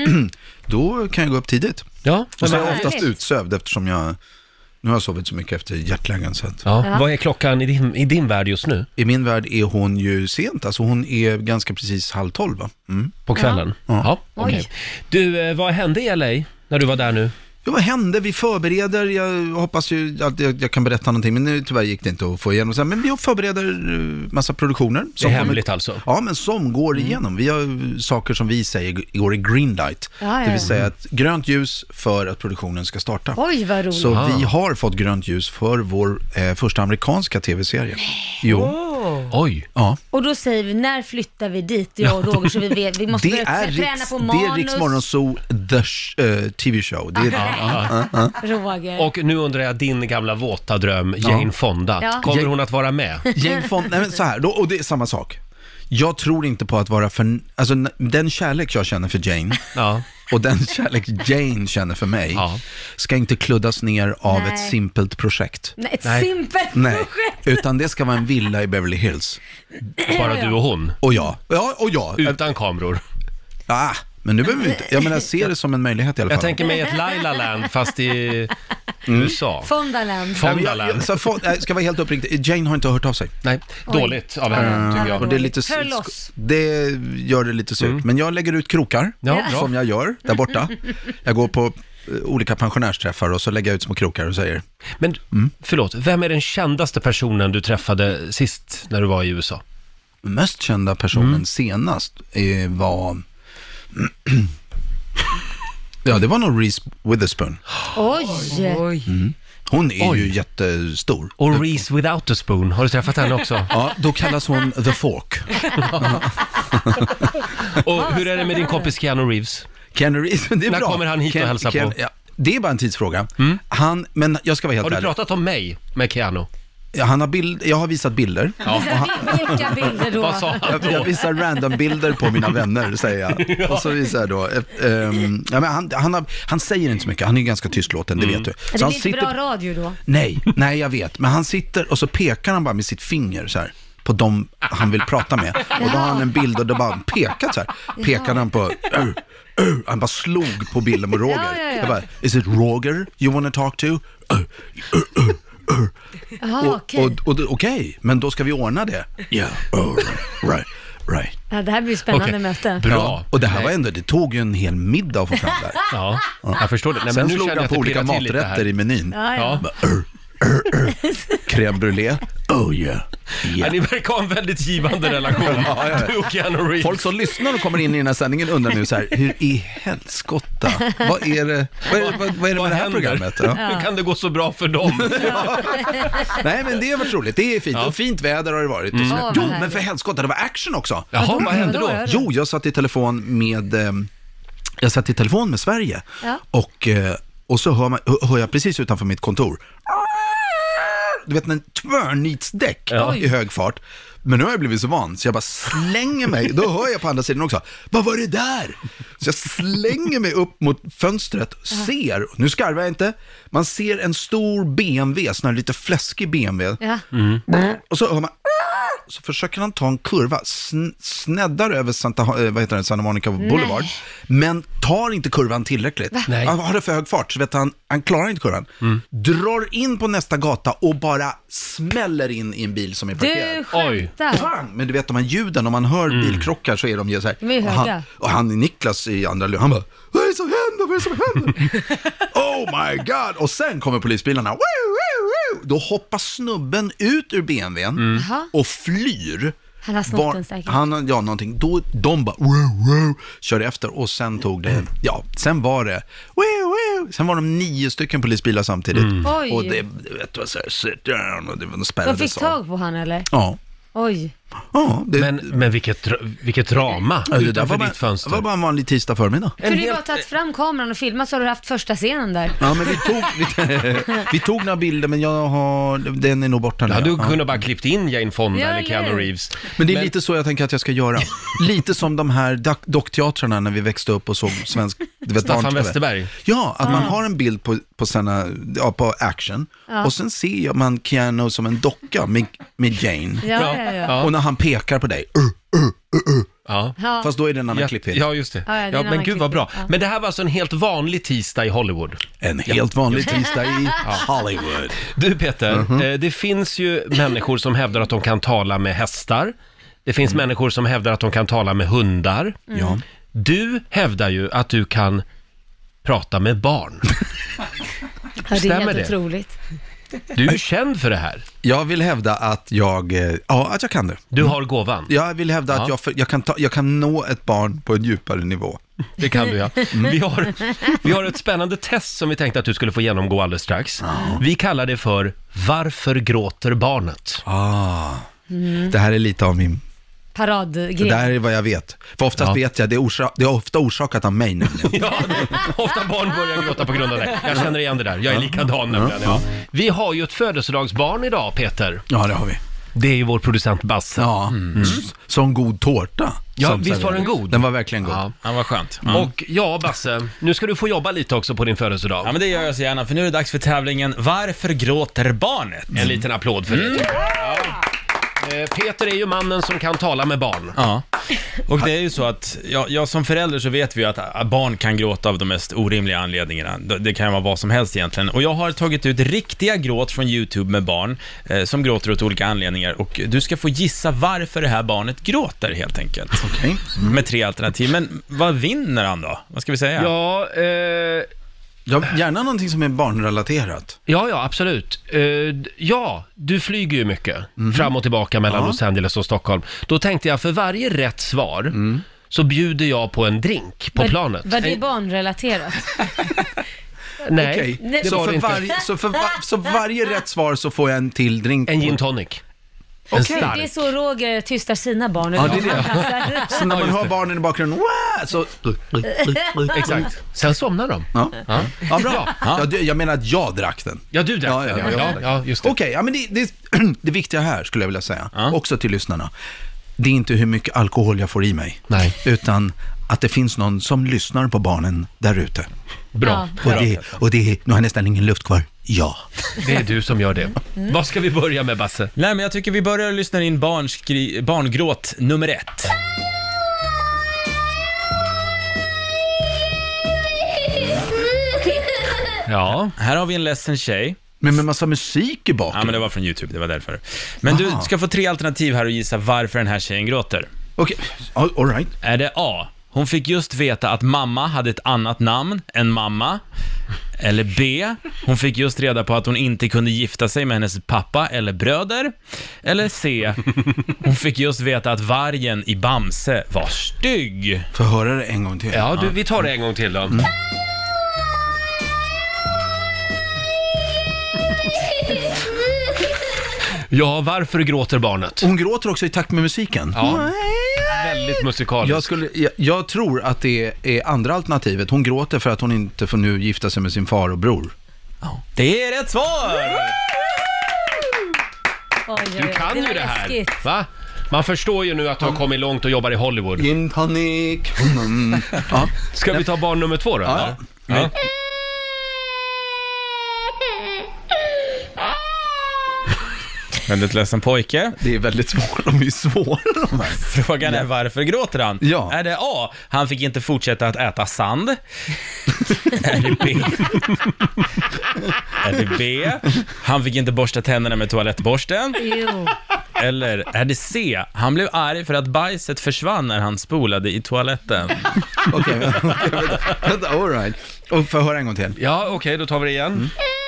då kan jag gå upp tidigt. Ja, Och så är jag härligt. oftast utsövd eftersom jag, nu har jag sovit så mycket efter jetlagen. Så att, ja. Ja. Vad är klockan i din, i din värld just nu? i min värld är hon ju sent, alltså hon är ganska precis halv tolv, va? Mm. På kvällen? Ja. Ja, okej. Oj. Du, eh, vad hände i L A när du var där nu? Ja, vad hände? Vi förbereder, jag hoppas ju att jag, jag kan berätta någonting, men nu tyvärr gick det inte att få igenom. Men vi förbereder uh, massa produktioner. Det är Som hemligt kommer, alltså? Ja, men som går igenom. Vi har uh, saker som vi säger går i green light. Ja, ja, Det ja. vill säga att grönt ljus för att produktionen ska starta. Oj, vad roligt. Så Ah. vi har fått grönt ljus för vår eh, första amerikanska tv-serie. Jo, Oj. ja. Och då säger vi, när flyttar vi dit, jag och Roger, så vi vet, vi måste Det börja är, träna Riks, på det manus. är Riks Morgonzoo, the sh- uh, T V-show. Det är, ja, ja. Roger. Och nu undrar jag, din gamla våta dröm, Jane Fonda. Ja. Kommer Jane- hon att vara med? Jane Fonda, nej men så här, då, och det är samma sak. Jag tror inte på att vara för, alltså n- den kärlek jag känner för Jane Ja. och den kärlek Jane känner för mig Ja. ska inte kluddas ner av Nej. ett simpelt projekt. Nej, ett Nej. simpelt Nej, projekt. utan det ska vara en villa i Beverly Hills. Bara du och hon? Och jag, ja, och jag. Utan kameror? Ah, men nu behöver vi inte, jag menar, se det som en möjlighet i alla fall. Jag tänker mig ett Laila Land fast i U S A. Fondaland. Nej, men jag, Fondaland. jag, så få, jag ska vara helt uppriktig, Jane har inte hört av sig. Nej, dåligt av henne tycker jag. Och det är lite, Hör loss. det gör det lite surt. Men jag lägger ut krokar, Ja, bra. som jag gör där borta. Jag går på eh, olika pensionärsträffar och så lägger jag ut små krokar och säger, Men förlåt, vem är den kändaste personen du träffade sist när du var i U S A? mest kända personen senast eh, var... ja, det var nog Reese Witherspoon. Oj. Oj. Hon är Oj. ju jättestor. Och Reese Without a Spoon, har du träffat henne också? Ja, då kallas hon The Fork. Och hur är det med din kompis Keanu Reeves? Keanu Reeves, det är När bra. kommer han hit och hälsa på? Ja, det är bara en tidsfråga. Han, men jag ska vara helt Har du ärlig. pratat om mig med Keanu? Ja, han har bild, jag har visat bilder. Vilka bilder då? Vad sa han Jag, jag då? visar random bilder på mina vänner, säger jag. Och så visar jag då. eh, ehm, ja, men han, han, har, han säger inte så mycket, han är ju ganska tystlåten, det vet du. Det Så blir han inte bra radio då. Nej, nej jag vet. Men han sitter och så pekar han bara med sitt finger så här på dem han vill prata med. Och då har han en bild och då bara pekat så här. Pekar han på... Uh, uh, han bara slog på bilden med Roger. Ja, ja, ja. Jag bara, is it Roger you wanna talk to? Uh, uh, uh, uh. Jaha, Och, okej. och, och, okej, okay, men då ska vi ordna det. Yeah, oh, right, right. Ja, det här blir ett spännande Okej. möte. Bra. Ja, och det här var ändå, det tog ju en hel middag att få fram det här. Ja, jag förstår det. Nej, men Sen nu slog känner jag han att på det olika pirrar till lite maträtter här. i menyn. Ja, ja. Ja. Crème brûlée, oh yeah. Ja, yeah. ni verkar ha en väldigt givande relation, Ja, ja. du och Keanu Reeves. Folk som lyssnar och kommer in i den här sändningen undrar nu så här, hur i helskotta, vad är det, vad är, vad, vad är det med det här händer? programmet? Ja. Hur kan det gå så bra för dem? Nej, men det har varit roligt, det är fint, Ja. och fint väder har det varit. Och så, Ja, vad jo, härligt. men för helskotta, det var action också. Jaha, vad hände då? Vadå? Jo, jag satt i telefon med, eh, jag satt i telefon med Sverige Ja. och, eh, och så hör, man, hör jag precis utanför mitt kontor, du vet en tvärnitsdäck Ja. i hög fart. Men nu har jag blivit så van så jag bara slänger mig, då hör jag på andra sidan också, vad var det där? Så jag slänger mig upp mot fönstret, ser, nu skarvar jag inte, man ser en stor B M W, sån här lite fläskig B M W. Ja. Och så hör man, så försöker han ta en kurva, sn- sneddar över Santa, vad heter det, Santa Monica Boulevard, Nej. men tar inte kurvan tillräckligt. Nej. Han har det för hög fart, så vet han, han klarar inte kurvan. Mm. Drar in på nästa gata och bara smäller in i en bil som är parkerad. Du skämtar. Pang! Men du vet, de här ljuden, om man hör Mm. bilkrockar så är de ju så här. De är ju och, höga. han, och han, Niklas i andra led, han bara, vad är det som händer, vad är det som händer? Oh my god! Och sen kommer polisbilarna, woo, woo, woo. Då hoppar snubben ut ur B M W:n Mm. Jaha. och flyr. Han har snott Var- den säkert. Han, ja, någonting. Då, de bara, wow, wow, körde efter och sen tog det, ja, sen var det, wow, wow. Sen var de nio stycken polisbilar samtidigt. Mm. Oj. Och det, du vet, var så här, sit down, och det var De spärrades fick av. tag på han eller? Ja. Oj. Ja, det, Men, men vilket, dra- vilket drama ja, det där utanför var bara, ditt fönster. det var bara en vanlig tisdag förmiddag. Kunde ju helt- bara tagit fram kameran och filmat så har du haft första scenen där. Ja, men vi tog, vi, vi tog några bilder, men jag har, den är nog borta nu. Ja, du Ja. kunde bara klippt in Jane Fonda Ja, eller eller Keanu hur? Reeves. Men det är lite så jag tänker att jag ska göra. Lite som de här dock- dockteatrarna när vi växte upp och såg svensk, du vet, Staffan barn-tv. Westerberg. Ja, att man har en bild på, på, sina, ja, på action Ja. och sen ser man Keanu som en docka med, med Jane. Ja, ja, ja. Och när han pekar på dig, uh, uh, uh, uh. Ja. Ja. Fast då är det en annan Ja, klippbild. ja, just det. Ja, ja, det är Ja, en men annan gud vad bra. klippbild. Ja. Men det här var alltså en helt vanlig tisdag i Hollywood. En helt vanlig tisdag i Hollywood. Du Peter, Mhm. eh, det finns ju människor som hävdar att de kan tala med hästar. Det finns Mm. människor som hävdar att de kan tala med hundar. Ja. Du hävdar ju att du kan prata med barn. Ja, det är Stämmer helt det? otroligt. Du är ju känd för det här. Jag vill hävda att jag, eh, ja, att jag kan det. Du har gåvan. Jag vill hävda Ja. att jag, för, jag, kan ta, jag kan nå ett barn på en djupare nivå. Det kan du ja. Vi har, vi har ett spännande test som vi tänkte att du skulle få genomgå alldeles strax. Vi kallar det för Varför gråter barnet? Ah. Mm. Det här är lite av min, Paradgren. det här är vad jag vet. För oftast Ja. vet jag, det är, orsak, det är ofta orsakat av mig nämligen. Ja, ofta barn börjar gråta på grund av det. Jag känner igen det där. Jag är likadan nämligen. Ja. Vi har ju ett födelsedagsbarn idag, Peter. Ja, det har vi. Det är ju vår producent Basse. Ja, mm. Som god tårta. Ja, som visst var den serveras. god? Den var verkligen god. Ja. Ja, vad skönt. Och ja, Basse, nu ska du få jobba lite också på din födelsedag. Ja, men det gör jag så gärna, för nu är det dags för tävlingen Varför gråter barnet? En liten applåd för det. Ja. Eh, Peter är ju mannen som kan tala med barn. Ja, och det är ju så att ja, jag som förälder så vet vi ju att äh, barn kan gråta av de mest orimliga anledningarna. Det, det kan ju vara vad som helst egentligen. Och jag har tagit ut riktiga gråt från YouTube med barn eh, som gråter åt olika anledningar. Och du ska få gissa varför det här barnet gråter helt enkelt. Okej. Med tre alternativ. Men vad vinner han då? Vad ska vi säga? Ja, eh, Ja, gärna någonting som är barnrelaterat. ja, ja, absolut. Eh, d- ja, du flyger ju mycket fram och tillbaka mellan Ja. Los Angeles och Stockholm. Då tänkte jag, för varje rätt svar så bjuder jag på en drink på Var- planet. Var det En- barnrelaterat? Nej, Okej. det Så, var det för inte. varje, så för var, så varje rätt svar så får jag en till drink. En gin tonic. En Okej. stark. Det är så Roger tystar sina barn. Ja, det är det. Passar. Så när Ja, man just hör det. barnen i bakgrunden, Wah! så... Exakt. Sen somnar de. Ja, Ja, ja bra. Ja. Ja, det- jag menar att jag drack den. ja du drack Ja, den. ja, Ja, jag ja, drack ja, just det. Okej, ja, men det, det, det viktiga här skulle jag vilja säga, Ja. också till lyssnarna, det är inte hur mycket alkohol jag får i mig, Nej. utan att det finns någon som lyssnar på barnen där ute. Bra. Och, det, och det, nu har jag nästan ingen luft kvar. Ja. Det är du som gör det. Vad ska vi börja med, Basse? Nej, men jag tycker vi börjar lyssna in barnskri- barngråt nummer ett. Ja. Här har vi en ledsen tjej. Men med massa musik i bakgrunden. Ja, men det var från YouTube, det var därför. Men du Aha. ska få tre alternativ här och gissa varför den här tjejen gråter. Okej, all, all right. Är det A. Hon fick just veta att mamma hade ett annat namn än mamma. Eller B. Hon fick just reda på att hon inte kunde gifta sig med hennes pappa eller bröder. Eller C. Hon fick just veta att vargen i Bamse var stygg. Får jag höra det en gång till? Ja, du, vi tar det en gång till då. Ja, varför gråter barnet? Hon gråter också i takt med musiken. Ja, väldigt musikaliskt. Jag, skulle, jag, jag tror att det är andra alternativet. Hon gråter för att hon inte får nu gifta sig med sin far och bror. Det är rätt svar! Oj, oj, Du oj, kan det ju var det här. läskigt. Va? Man förstår ju nu att du har kommit långt och jobbar i Hollywood. Gin tonic. Mm. Ja. Ska vi ta barn nummer två då? Ja. eller? Ja. Väldigt ledsen pojke. Det är väldigt svårt, de är ju svåra de här. Frågan är varför gråter han? Ja. Är det A, han fick inte fortsätta att äta sand? Är det B? Är det B, han fick inte borsta tänderna med toalettborsten? Jo. Eller är det C, han blev arg för att bajset försvann när han spolade i toaletten? Okej, vänta, vänta, all right. Och får jag höra en gång till? Ja, okej, okay, då tar vi det igen.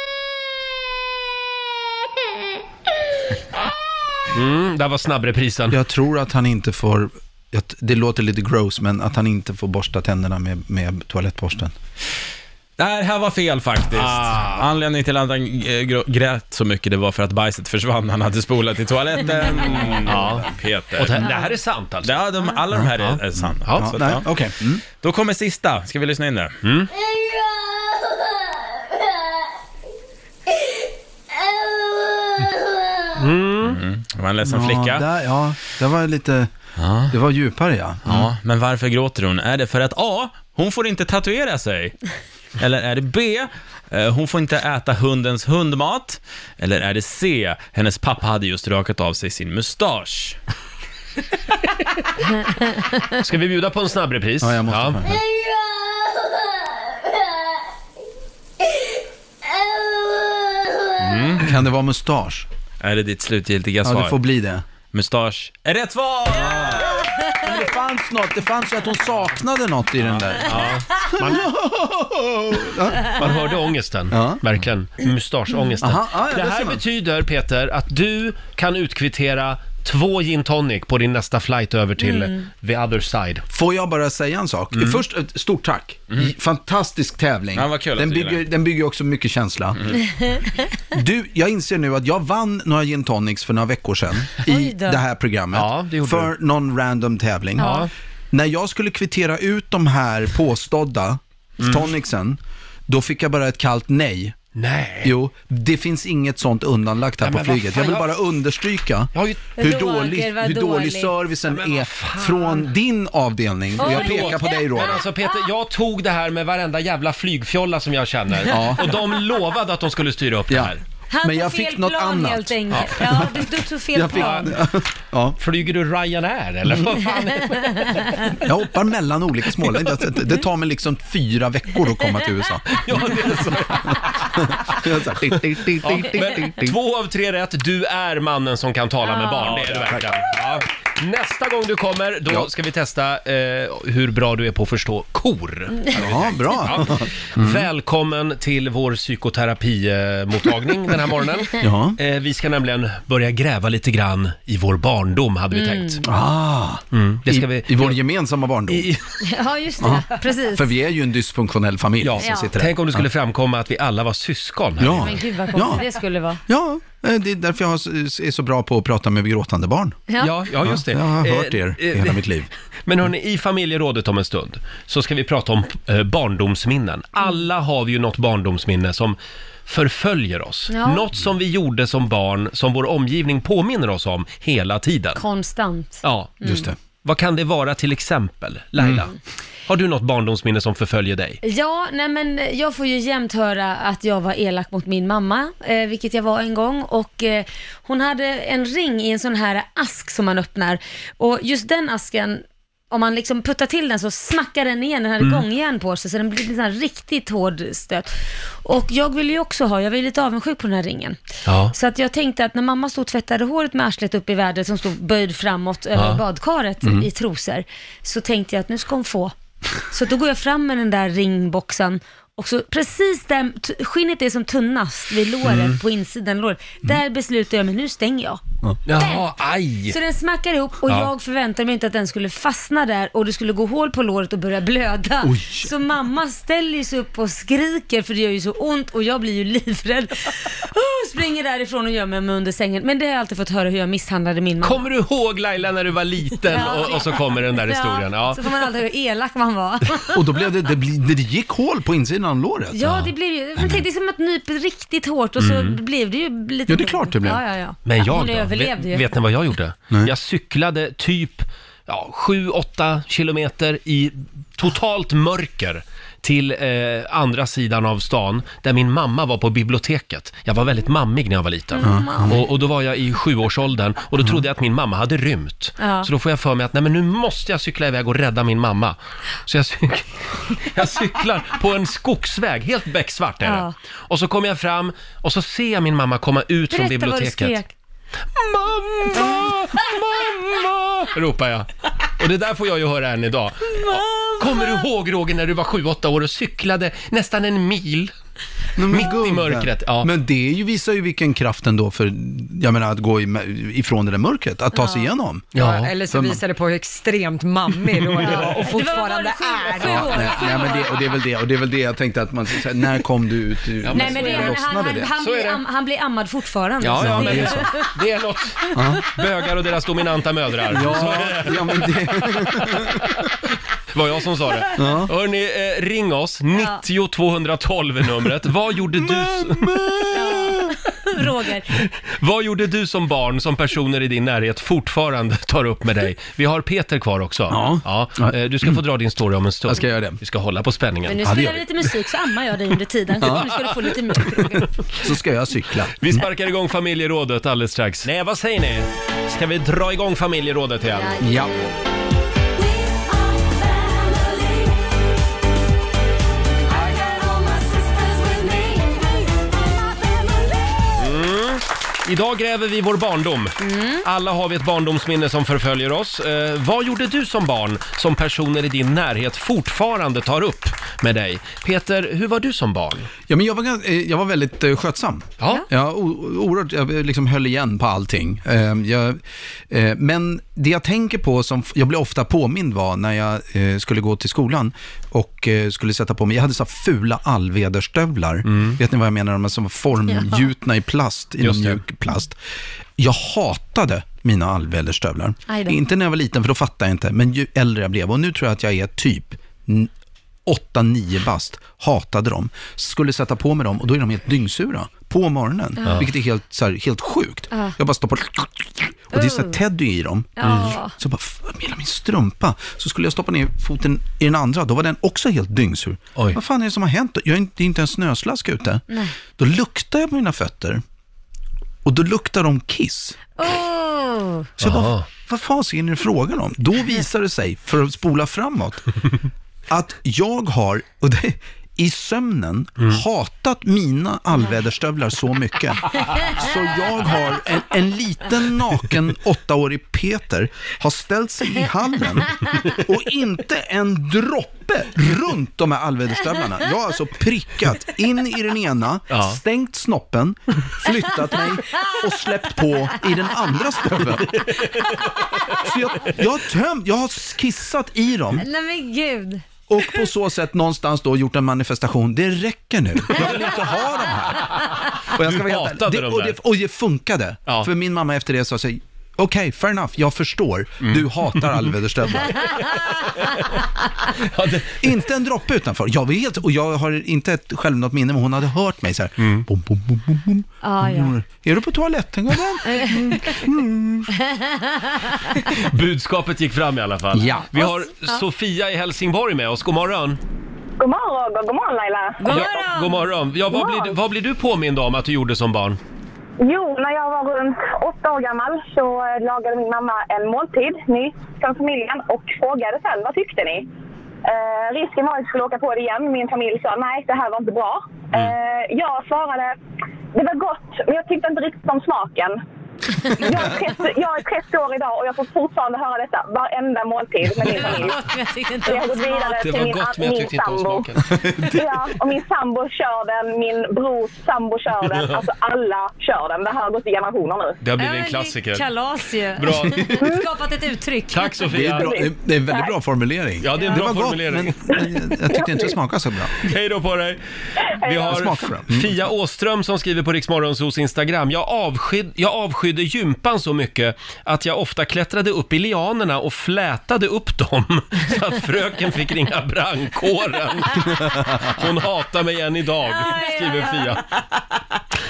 Mm, där var snabbreprisen. Jag tror att han inte får, det låter lite gross, men att han inte får borsta tänderna med, med toalettborsten. Det här var fel faktiskt. Ah. Anledningen till att han äh, grät så mycket, det var för att bajset försvann. Han hade spolat i toaletten. Mm. Ja, Peter. Och det, det här är sant alltså? Ja, de, alla de här är, är sanna. Ja, så, ja. Okay. Mm. Då kommer sista. Ska vi lyssna in det? Mm. Mm. Mm. Det var en ledsen ja, flicka. Där, ja, det var lite... Ja. Det var djupare, ja. Mm. Ja, men varför gråter hon? Är det för att A, hon får inte tatuera sig? Eller är det B, hon får inte äta hundens hundmat? Eller är det C, hennes pappa hade just rakat av sig sin mustasch? Ska vi bjuda på en snabbrepris? Ja, jag måste. Ja. Mm. Kan det vara mustasch? Är det ditt slutgiltiga svar? Ja, det får bli det. Mustasch är rätt svar! Ja. Men det fanns något, det fanns ju att hon saknade något i den där. Ja. Man, man hörde ångesten, ja. Verkligen. Mustaschångesten. Aha, ja, ja, det här betyder, Peter, att du kan utkvittera två gin tonic på din nästa flight över till mm. the other side. Får jag bara säga en sak? Mm. Först, ett stort tack. Mm. Fantastisk tävling. Ja, vad kul den, bygger, den bygger också mycket känsla. Mm. Du, jag inser nu att jag vann några gin tonics för några veckor sedan i det här programmet. Ja, det för du. någon random tävling. Ja. När jag skulle kvittera ut de här påstådda mm. tonicsen, då fick jag bara ett kallt nej. Nej. Jo, det finns inget sånt undanlagt här Nej, på flyget. Jag vill bara understryka ju... hur, dålig, hur dålig servicen ja, är från din avdelning. Och jag pekar på dig, Roger. Men alltså Peter, jag tog det här med varenda jävla flygfjolla som jag känner. Ja. Och de lovade att de skulle styra upp det här. Han men jag fick fel något plan annat. Helt enkelt. Ja, ja du, du tog fel jag plan. Fick, ja. Flyger du Ryanair eller vad fan? Jag hoppar mellan olika småländer. Det, det tar mig liksom fyra veckor att komma till U S A. Ja, det är så. Ja, men två av tre rätt. Du är mannen som kan tala med barn. Det är du verkligen. Ja. Nästa gång du kommer, då ja. ska vi testa eh, hur bra du är på att förstå kor. Ja, bra. Ja. Mm. Välkommen till vår psykoterapimottagning den här morgonen. Ja. Eh, vi ska nämligen börja gräva lite grann i vår barndom, hade vi mm. tänkt. Ah, mm. det ska I, vi, I vår gemensamma barndom. I, ja, just det. Ah. Precis. För vi är ju en dysfunktionell familj ja. som ja. sitter Tänk där. om det skulle ja. framkomma att vi alla var syskon. Här. Ja. Men gud vad konstigt ja. det skulle vara. Ja, det är därför jag är så bra på att prata med gråtande barn. Ja, ja, ja just det. Jag har hört er eh, hela mitt liv. Men hörni, i familjerådet om en stund så ska vi prata om eh, barndomsminnen. Alla har vi ju något barndomsminne som förföljer oss. Ja. Något som vi gjorde som barn som vår omgivning påminner oss om hela tiden. Konstant. Ja, mm. just det. Vad kan det vara till exempel, Laila? Mm. Har du något barndomsminne som förföljer dig? Ja, nej men jag får ju jämt höra att jag var elak mot min mamma, eh, vilket jag var en gång. Och eh, hon hade en ring i en sån här ask som man öppnar. Och just den asken, om man liksom puttar till den så smackar den igen, den hade mm. gångjärn på sig, så den blir en sån här riktigt hård stöt. Och jag ville ju också ha, jag var lite avundsjuk på den här ringen. Ja. Så att jag tänkte att när mamma stod och tvättade håret med arslet upp i vädret som stod böjd framåt över ja. badkaret mm. i trosor, så tänkte jag att nu ska hon få. Så då går jag fram med den där ringboxen och så precis där skinnet är som tunnast vid låret mm. på insidan låret, där mm. beslutar jag mig, nu stänger jag. Jaha, aj! Så den smackar ihop och ja. jag förväntade mig inte att den skulle fastna där och det skulle gå hål på låret och börja blöda. Oj. Så mamma ställer sig upp och skriker för det gör ju så ont och jag blir ju livrädd. Oh, springer därifrån och gömmer mig under sängen. Men det har jag alltid fått höra hur jag misshandlade min mamma. Kommer du ihåg, Laila, när du var liten ja. och, och så kommer den där historien? Ja, ja. Så får man alltid höra hur elak man var. Och då blev det, det, det, det gick hål på insidan av låret? Ja, det blev ju, men tänk, det är som att nypa riktigt hårt och så mm. blev det ju lite... Ja, det är klart det blev. Ja, ja, ja. Men jag ja, då? Vet, vet ni vad jag gjorde? Nej. Jag cyklade typ ja, sju åtta kilometer i totalt mörker till eh, andra sidan av stan där min mamma var på biblioteket. Jag var väldigt mammig när jag var liten. Mm. Och, och då var jag i sjuårsåldern och då trodde jag att min mamma hade rymt. Ja. Så då får jag för mig att nej, men nu måste jag cykla iväg och rädda min mamma. Så jag, cyk- jag cyklar på en skogsväg, helt becksvart är det. Ja. Och så kommer jag fram och så ser jag min mamma komma ut Berätta från vad du biblioteket. skrek. Mamma, mamma, ropar jag. Och det där får jag ju höra än idag. Mamma. Kommer du ihåg, Roger, när du var sju åtta år och cyklade nästan en mil Men mitt i gubben. mörkret? Ja. Men det är ju, visar ju vilken kraft ändå för, jag menar, att gå i, ifrån det där mörkret, att ta sig igenom. Ja, Ja. eller så visar det på hur extremt mammig Roger var och fortfarande är. Sju år. Nej, nej, men det, och det är väl det, och det är väl det jag tänkte att man, så här, när kom du ut ur, Ja, Nej, men det, när han, han, lossnade han, det? han, Så är blir, det. am, han blir ammad fortfarande. Ja, så ja, det- men det är, så. Det är något bögar och deras dominanta mödrar. Så Ja, är det. ja, men det, Det var jag som sa det. Ja. Hörrni, eh, ring oss. nittio tvåhundratolv är numret. Vad gjorde du... Roger. Vad gjorde du som barn som personer i din närhet fortfarande tar upp med dig? Vi har Peter kvar också. Ja. eh, Du ska få dra din story om en stund. Jag ska göra det. Vi ska hålla på spänningen. Men nu Ja, det spelar gör vi vi. lite musik så ammar jag dig under tiden. Nu ska du få lite mjölk, Roger. så ska jag cykla. Vi sparkar igång familjerådet alldeles strax. Nej, vad säger ni? Ska vi dra igång familjerådet igen? Ja. Idag gräver vi vår barndom. Alla har vi ett barndomsminne som förföljer oss. Eh, vad gjorde du som barn som personer i din närhet fortfarande tar upp med dig? Peter, hur var du som barn? Ja, men jag var, gans- eh, jag var väldigt eh, skötsam. Ja. Ja, o- oerhört, jag liksom höll igen på allting. Eh, jag, eh, men det jag tänker på, som f- jag blev ofta påmind var när jag eh, skulle gå till skolan och eh, skulle sätta på mig, jag hade så här fula allvederstövlar. Vet ni vad jag menar? De är som formgjutna i plast, i någon Just det. mjuk plast. Jag hatade mina allvederstövlar. Aj då. Inte när jag var liten, för då fattade jag inte, men ju äldre jag blev, och nu tror jag att jag är typ n- åtta nio bast, hatade dem, skulle sätta på mig dem och då är de helt dyngsura på morgonen, vilket är helt, så här, helt sjukt. Ja. Jag bara stoppar och det är så här teddy i dem. Ja. Så jag bara, f- hela min strumpa. Så skulle jag stoppa ner foten i den andra, då var den också helt dyngsur. Oj. Vad fan är det som har hänt? Jag är inte, det är inte en snöslask ute. Nej. Då luktar jag på mina fötter och då luktar de kiss. Oh. Så jag bara, Aha. vad fan är det frågan om? Då visar det sig, för att spola framåt, att jag har, och det, i sömnen, hatat mina allväderstövlar så mycket. Så jag har en, en liten naken åttaårig Peter har ställt sig i hallen och inte en droppe runt de här allväderstövlarna. Jag har alltså prickat in i den ena, Ja. stängt snoppen, flyttat mig och släppt på i den andra stöveln. Så jag, jag, har tömt, jag har kissat i dem. Nej men gud. Och på så sätt någonstans då gjort en manifestation. Det räcker nu. Jag vill inte ha de här. Och jag ska Du vara helt ärlig. hatade det, de och, där. det, och det funkade. Ja. För min mamma efter det sa sig, okej, fair enough, jag förstår. Mm. Du hatar allväderstövlar. Ja, det, Inte en droppe utanför. Jag vet, och jag har inte ett själv något minne, men hon hade hört mig så här. Mm. Bom, bom, bom, bom, bom. Ah, ja. Är du på toaletten, gubben? budskapet gick fram i alla fall. Ja. Vi har Sofia i Helsingborg med oss. God morgon. God morgon, god, god morgon Laila. God Ja, morgon. god morgon. Ja, vad, blir, du- vad blir du påmind om att du gjorde som barn? Jo, när jag var runt åtta år gammal så eh, lagade min mamma en måltid, ny från familjen, och frågade sen, vad tyckte ni? Eh, risken var att jag skulle åka på det igen. Min familj sa, nej det här var inte bra. Eh, jag svarade, det var gott, men jag tyckte inte riktigt om smaken. Jag är, trettio, jag är trettio år idag och jag får fortfarande höra detta varenda måltid med min Det var familj. gott, men jag tyckte inte Jag har om gått vidare smak. Det till var min, gott, men jag min tyckte inte om sambo. smaken. Ja, och min sambo kör den, min brors sambo kör den. Alltså alla kör den. Det här har gått i generationer nu. Det har Ja, blivit men en det är klassiker. Kalas ju. Bra. Skapat ett uttryck. Tack Det Sofia. är, bra, det är en väldigt bra formulering. Ja, det är en bra var gott, formulering. men men jag tyckte inte det smakade så bra. Hej då på dig. Vi har Smakar bra. Mm. Fia Åström som skriver på Riksmorgonsos Instagram. Jag, avskyd, jag avskydde gympan så mycket att jag ofta klättrade upp i lianerna och flätade upp dem så att fröken fick ringa brandkåren. Hon hatar mig än idag, skriver Fia.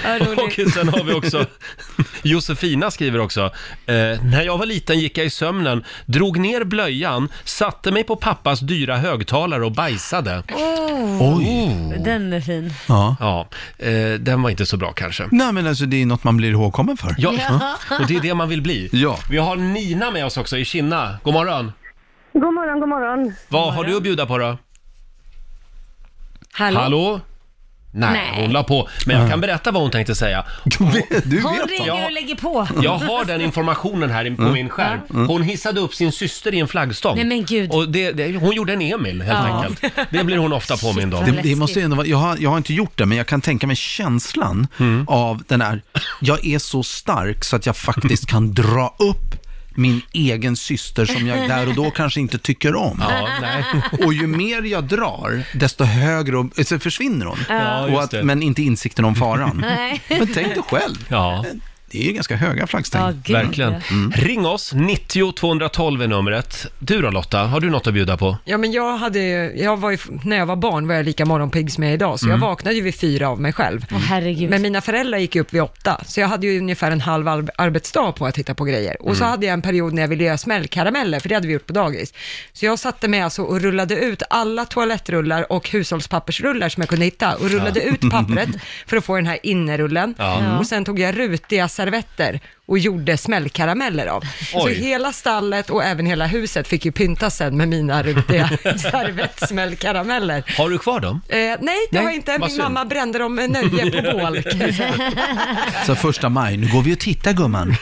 Och sen har vi också Josefina skriver också eh, när jag var liten gick jag i sömnen, drog ner blöjan, satte mig på pappas dyra högtalare och bajsade. Oh. Oj. Den är fin. Ja. Ja, eh, den var inte så bra kanske. Nej, men alltså det är något man blir ihågkommen för. Ja, och det är det man vill bli. Ja. Vi har Nina med oss också i Kinna. God morgon. God morgon, god morgon. Vad har du att bjuda på då? Hallå? Hallå? Nej, Nej. hon la på. Men jag kan berätta vad hon tänkte säga. Du vet Hon vad? ringer och lägger på. Jag har den informationen här på min skärm. Hon hissade upp sin syster i en flaggstång. Nej, men gud. Och det, det, hon gjorde en Emil helt Ja. enkelt. Det blir hon ofta påmind om. Det, det måste ju ändå vara, jag, har, jag har inte gjort det, men jag kan tänka mig känslan av den här, jag är så stark så att jag faktiskt kan dra upp min egen syster som jag där och då kanske inte tycker om. Ja, nej. Och ju mer jag drar, desto högre och, så försvinner hon. Ja, och just att, det. men inte insikten om faran. Nej. Men tänk dig själv. Ja. Det är ju ganska höga flaggstång. Ja, gud, Verkligen. ja. Mm. Ring oss, nittio tvåhundratolv är numret. Du då Lotta, har du något att bjuda på? Ja, men jag hade, jag var ju, när jag var barn var jag lika morgonpigg som jag är idag, så jag vaknade ju vid fyra av mig själv. Åh, herregud. Men mina föräldrar gick upp vid åtta, så jag hade ju ungefär en halv ar- arbetsdag på att titta på grejer. Och så hade jag en period när jag ville göra smällkarameller, för det hade vi gjort på dagis. Så jag satte mig alltså och rullade ut alla toalettrullar och hushållspappersrullar som jag kunde hitta, och rullade ut pappret för att få den här innerrullen. Ja. Och sen tog jag rutiga servetter och gjorde smällkarameller av. Så Oj. hela stallet och även hela huset fick ju pyntas sen med mina rutiga servettsmällkarameller. Har du kvar dem? Eh, nej, det Nej, har jag inte. vad Min synd. mamma brände dem med nöje på bål. kan jag säga. Så första maj, nu går vi och tittar gumman.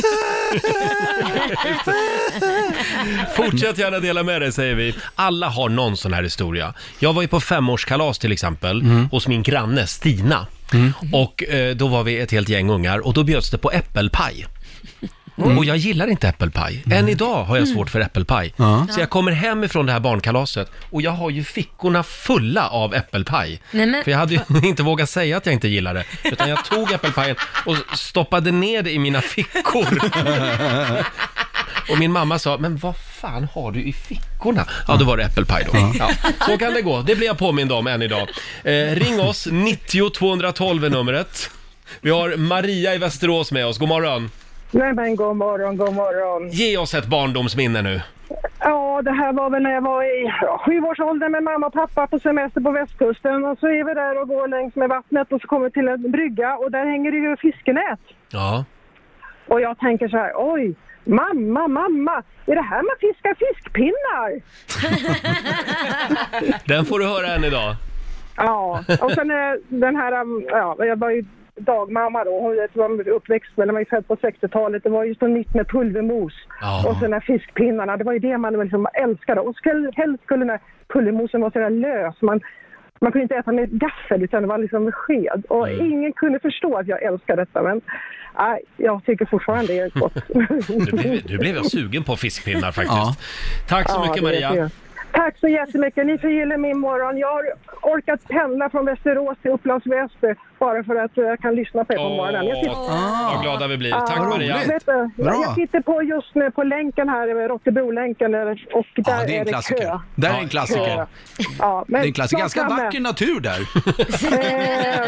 Fortsätt gärna dela med dig, säger vi. Alla har någon sån här historia. Jag var ju på femårskalas till exempel hos min granne Stina. Och eh, då var vi ett helt gäng ungar och då bjöds det på äppelpaj. Och jag gillar inte äppelpaj. Än idag har jag svårt för äppelpaj. Ja. Så jag kommer hem ifrån det här barnkalaset och jag har ju fickorna fulla av äppelpaj. Nej, men- För jag hade ju inte vågat säga att jag inte gillar det. Utan jag tog äppelpajen och stoppade ner det i mina fickor. Och min mamma sa, men vad fan har du i fickorna? Ja, då var det äppelpaj då. Ja, så kan det gå. Det blir jag påmind om än idag. Eh, ring oss, nittio tvåhundratolv är numret. Vi har Maria i Västerås med oss. God morgon. Nej men god morgon, god morgon. Ge oss ett barndomsminne nu. Ja, det här var väl när jag var i ja, sjuårsåldern med mamma och pappa på semester på västkusten. Och så är vi där och går längs med vattnet och så kommer vi till en brygga och där hänger det ju fiskenät. Ja. Och jag tänker så här, oj, mamma, mamma, är det här med fiska fiskpinnar? Den får du höra än idag. Ja, och sen eh, den här, um, ja, jag var ju dagmamma då, hon var uppväxt, eller var ju född på sextiotalet, det var ju så nytt med pulvermos. Ja. Och så den här fiskpinnarna, det var ju det man liksom älskade. Och skulle, helst skulle den här pulvermosen vara så där lös, man, man kunde inte äta med gaffel utan det var liksom med sked. Och Mm. ingen kunde förstå att jag älskar detta, men nej, jag tycker fortfarande det är gott. Nu blev, nu blev jag sugen på fiskpinnar faktiskt. Ja. Tack så Ja, mycket det vet Maria. jag. Tack så jättemycket. Ni förgyller min morgon. Jag har orkat pendla från Västerås till Upplands Väster bara för att jag kan lyssna på er på morgonen. Jag sitter, Vad glada vi blir. Tack Ja, Maria. roligt. vet du, Bra. jag sitter på just nu på länken här, Rottebrolänken, och där Ja, det är en det klassiker. kö. Där är Ja, en klassiker. Kö. Ja, men Det är en klassiker. snart Ganska framme. vacker natur där. Eh,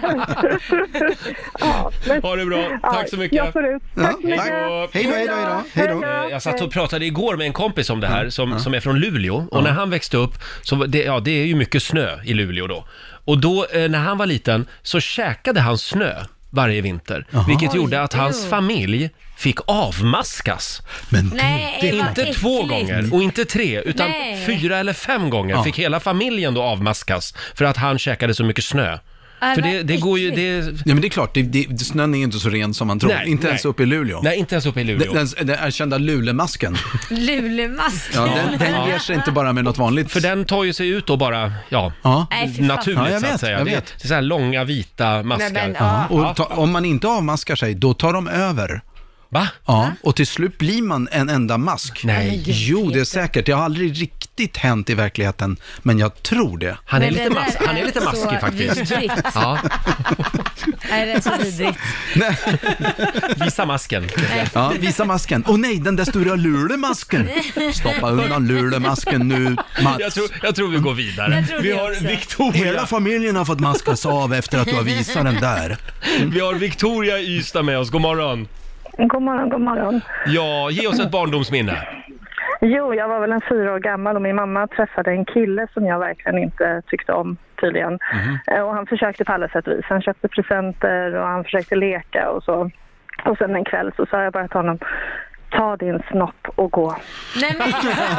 ja, men- Ha det bra. Tack så mycket. Jag får ut. Ja, Tack så mycket. tack. Hej då, hej då, hej då. Hej då. Eh, Jag satt och pratade igår med en kompis om det här som, som är från Luleå. Och när han växte upp, så var det, ja, det är ju mycket snö i Luleå då. Och då eh, när han var liten så käkade han snö varje vinter. Vilket gjorde att hans Oj. familj fick avmaskas. Men Nej, det, vad Inte äckligt. två gånger och inte tre, utan Nej. fyra eller fem gånger Ja. fick hela familjen då avmaskas för att han käkade så mycket snö. Äh, För vad det, det går ju... äckligt. Det, ja, men det är klart, det, det, snön är inte så ren som man tror. Nej, inte nej. ens uppe i Luleå. nej, inte ens uppe i Luleå. Den, den, den erkända lulemasken. Lulemask. Ja, den, den ger sig inte bara med något vanligt. För den tar ju sig ut och bara, ja, Ja. Nej, fy fan. naturligt Ja, jag så att vet, säga. jag Det, vet. det är så här långa vita maskar. Nej, men, Ja. ja. Och ta, om man inte avmaskar sig, då tar de över. Va? Ja, och till slut blir man en enda mask. Nej. Jo, det är säkert. Det har aldrig riktigt hänt i verkligheten, men jag tror det. Han är Men lite, det där mas- han är lite är maskig så faktiskt. vidrigt. Ja. Nej, det är så vidrigt. Visa masken. Ja, visa masken. Åh nej, den där stora lulemasken. Stoppa undan lulemasken nu, Mats. Jag tror, jag tror vi går vidare. Vi har Victoria. Hela familjen har fått maskas av efter att du har visat den där. Vi har Victoria i Ystad med oss. God morgon. God morgon, god morgon. Ja, ge oss ett barndomsminne. Jo, jag var väl en fyra år gammal och min mamma träffade en kille som jag verkligen inte tyckte om tydligen. Mm. Och han försökte på alla sätt och vis. Han köpte presenter och han försökte leka och så. Och sen en kväll så sa jag bara till honom, ta din snopp och gå. Nej, men...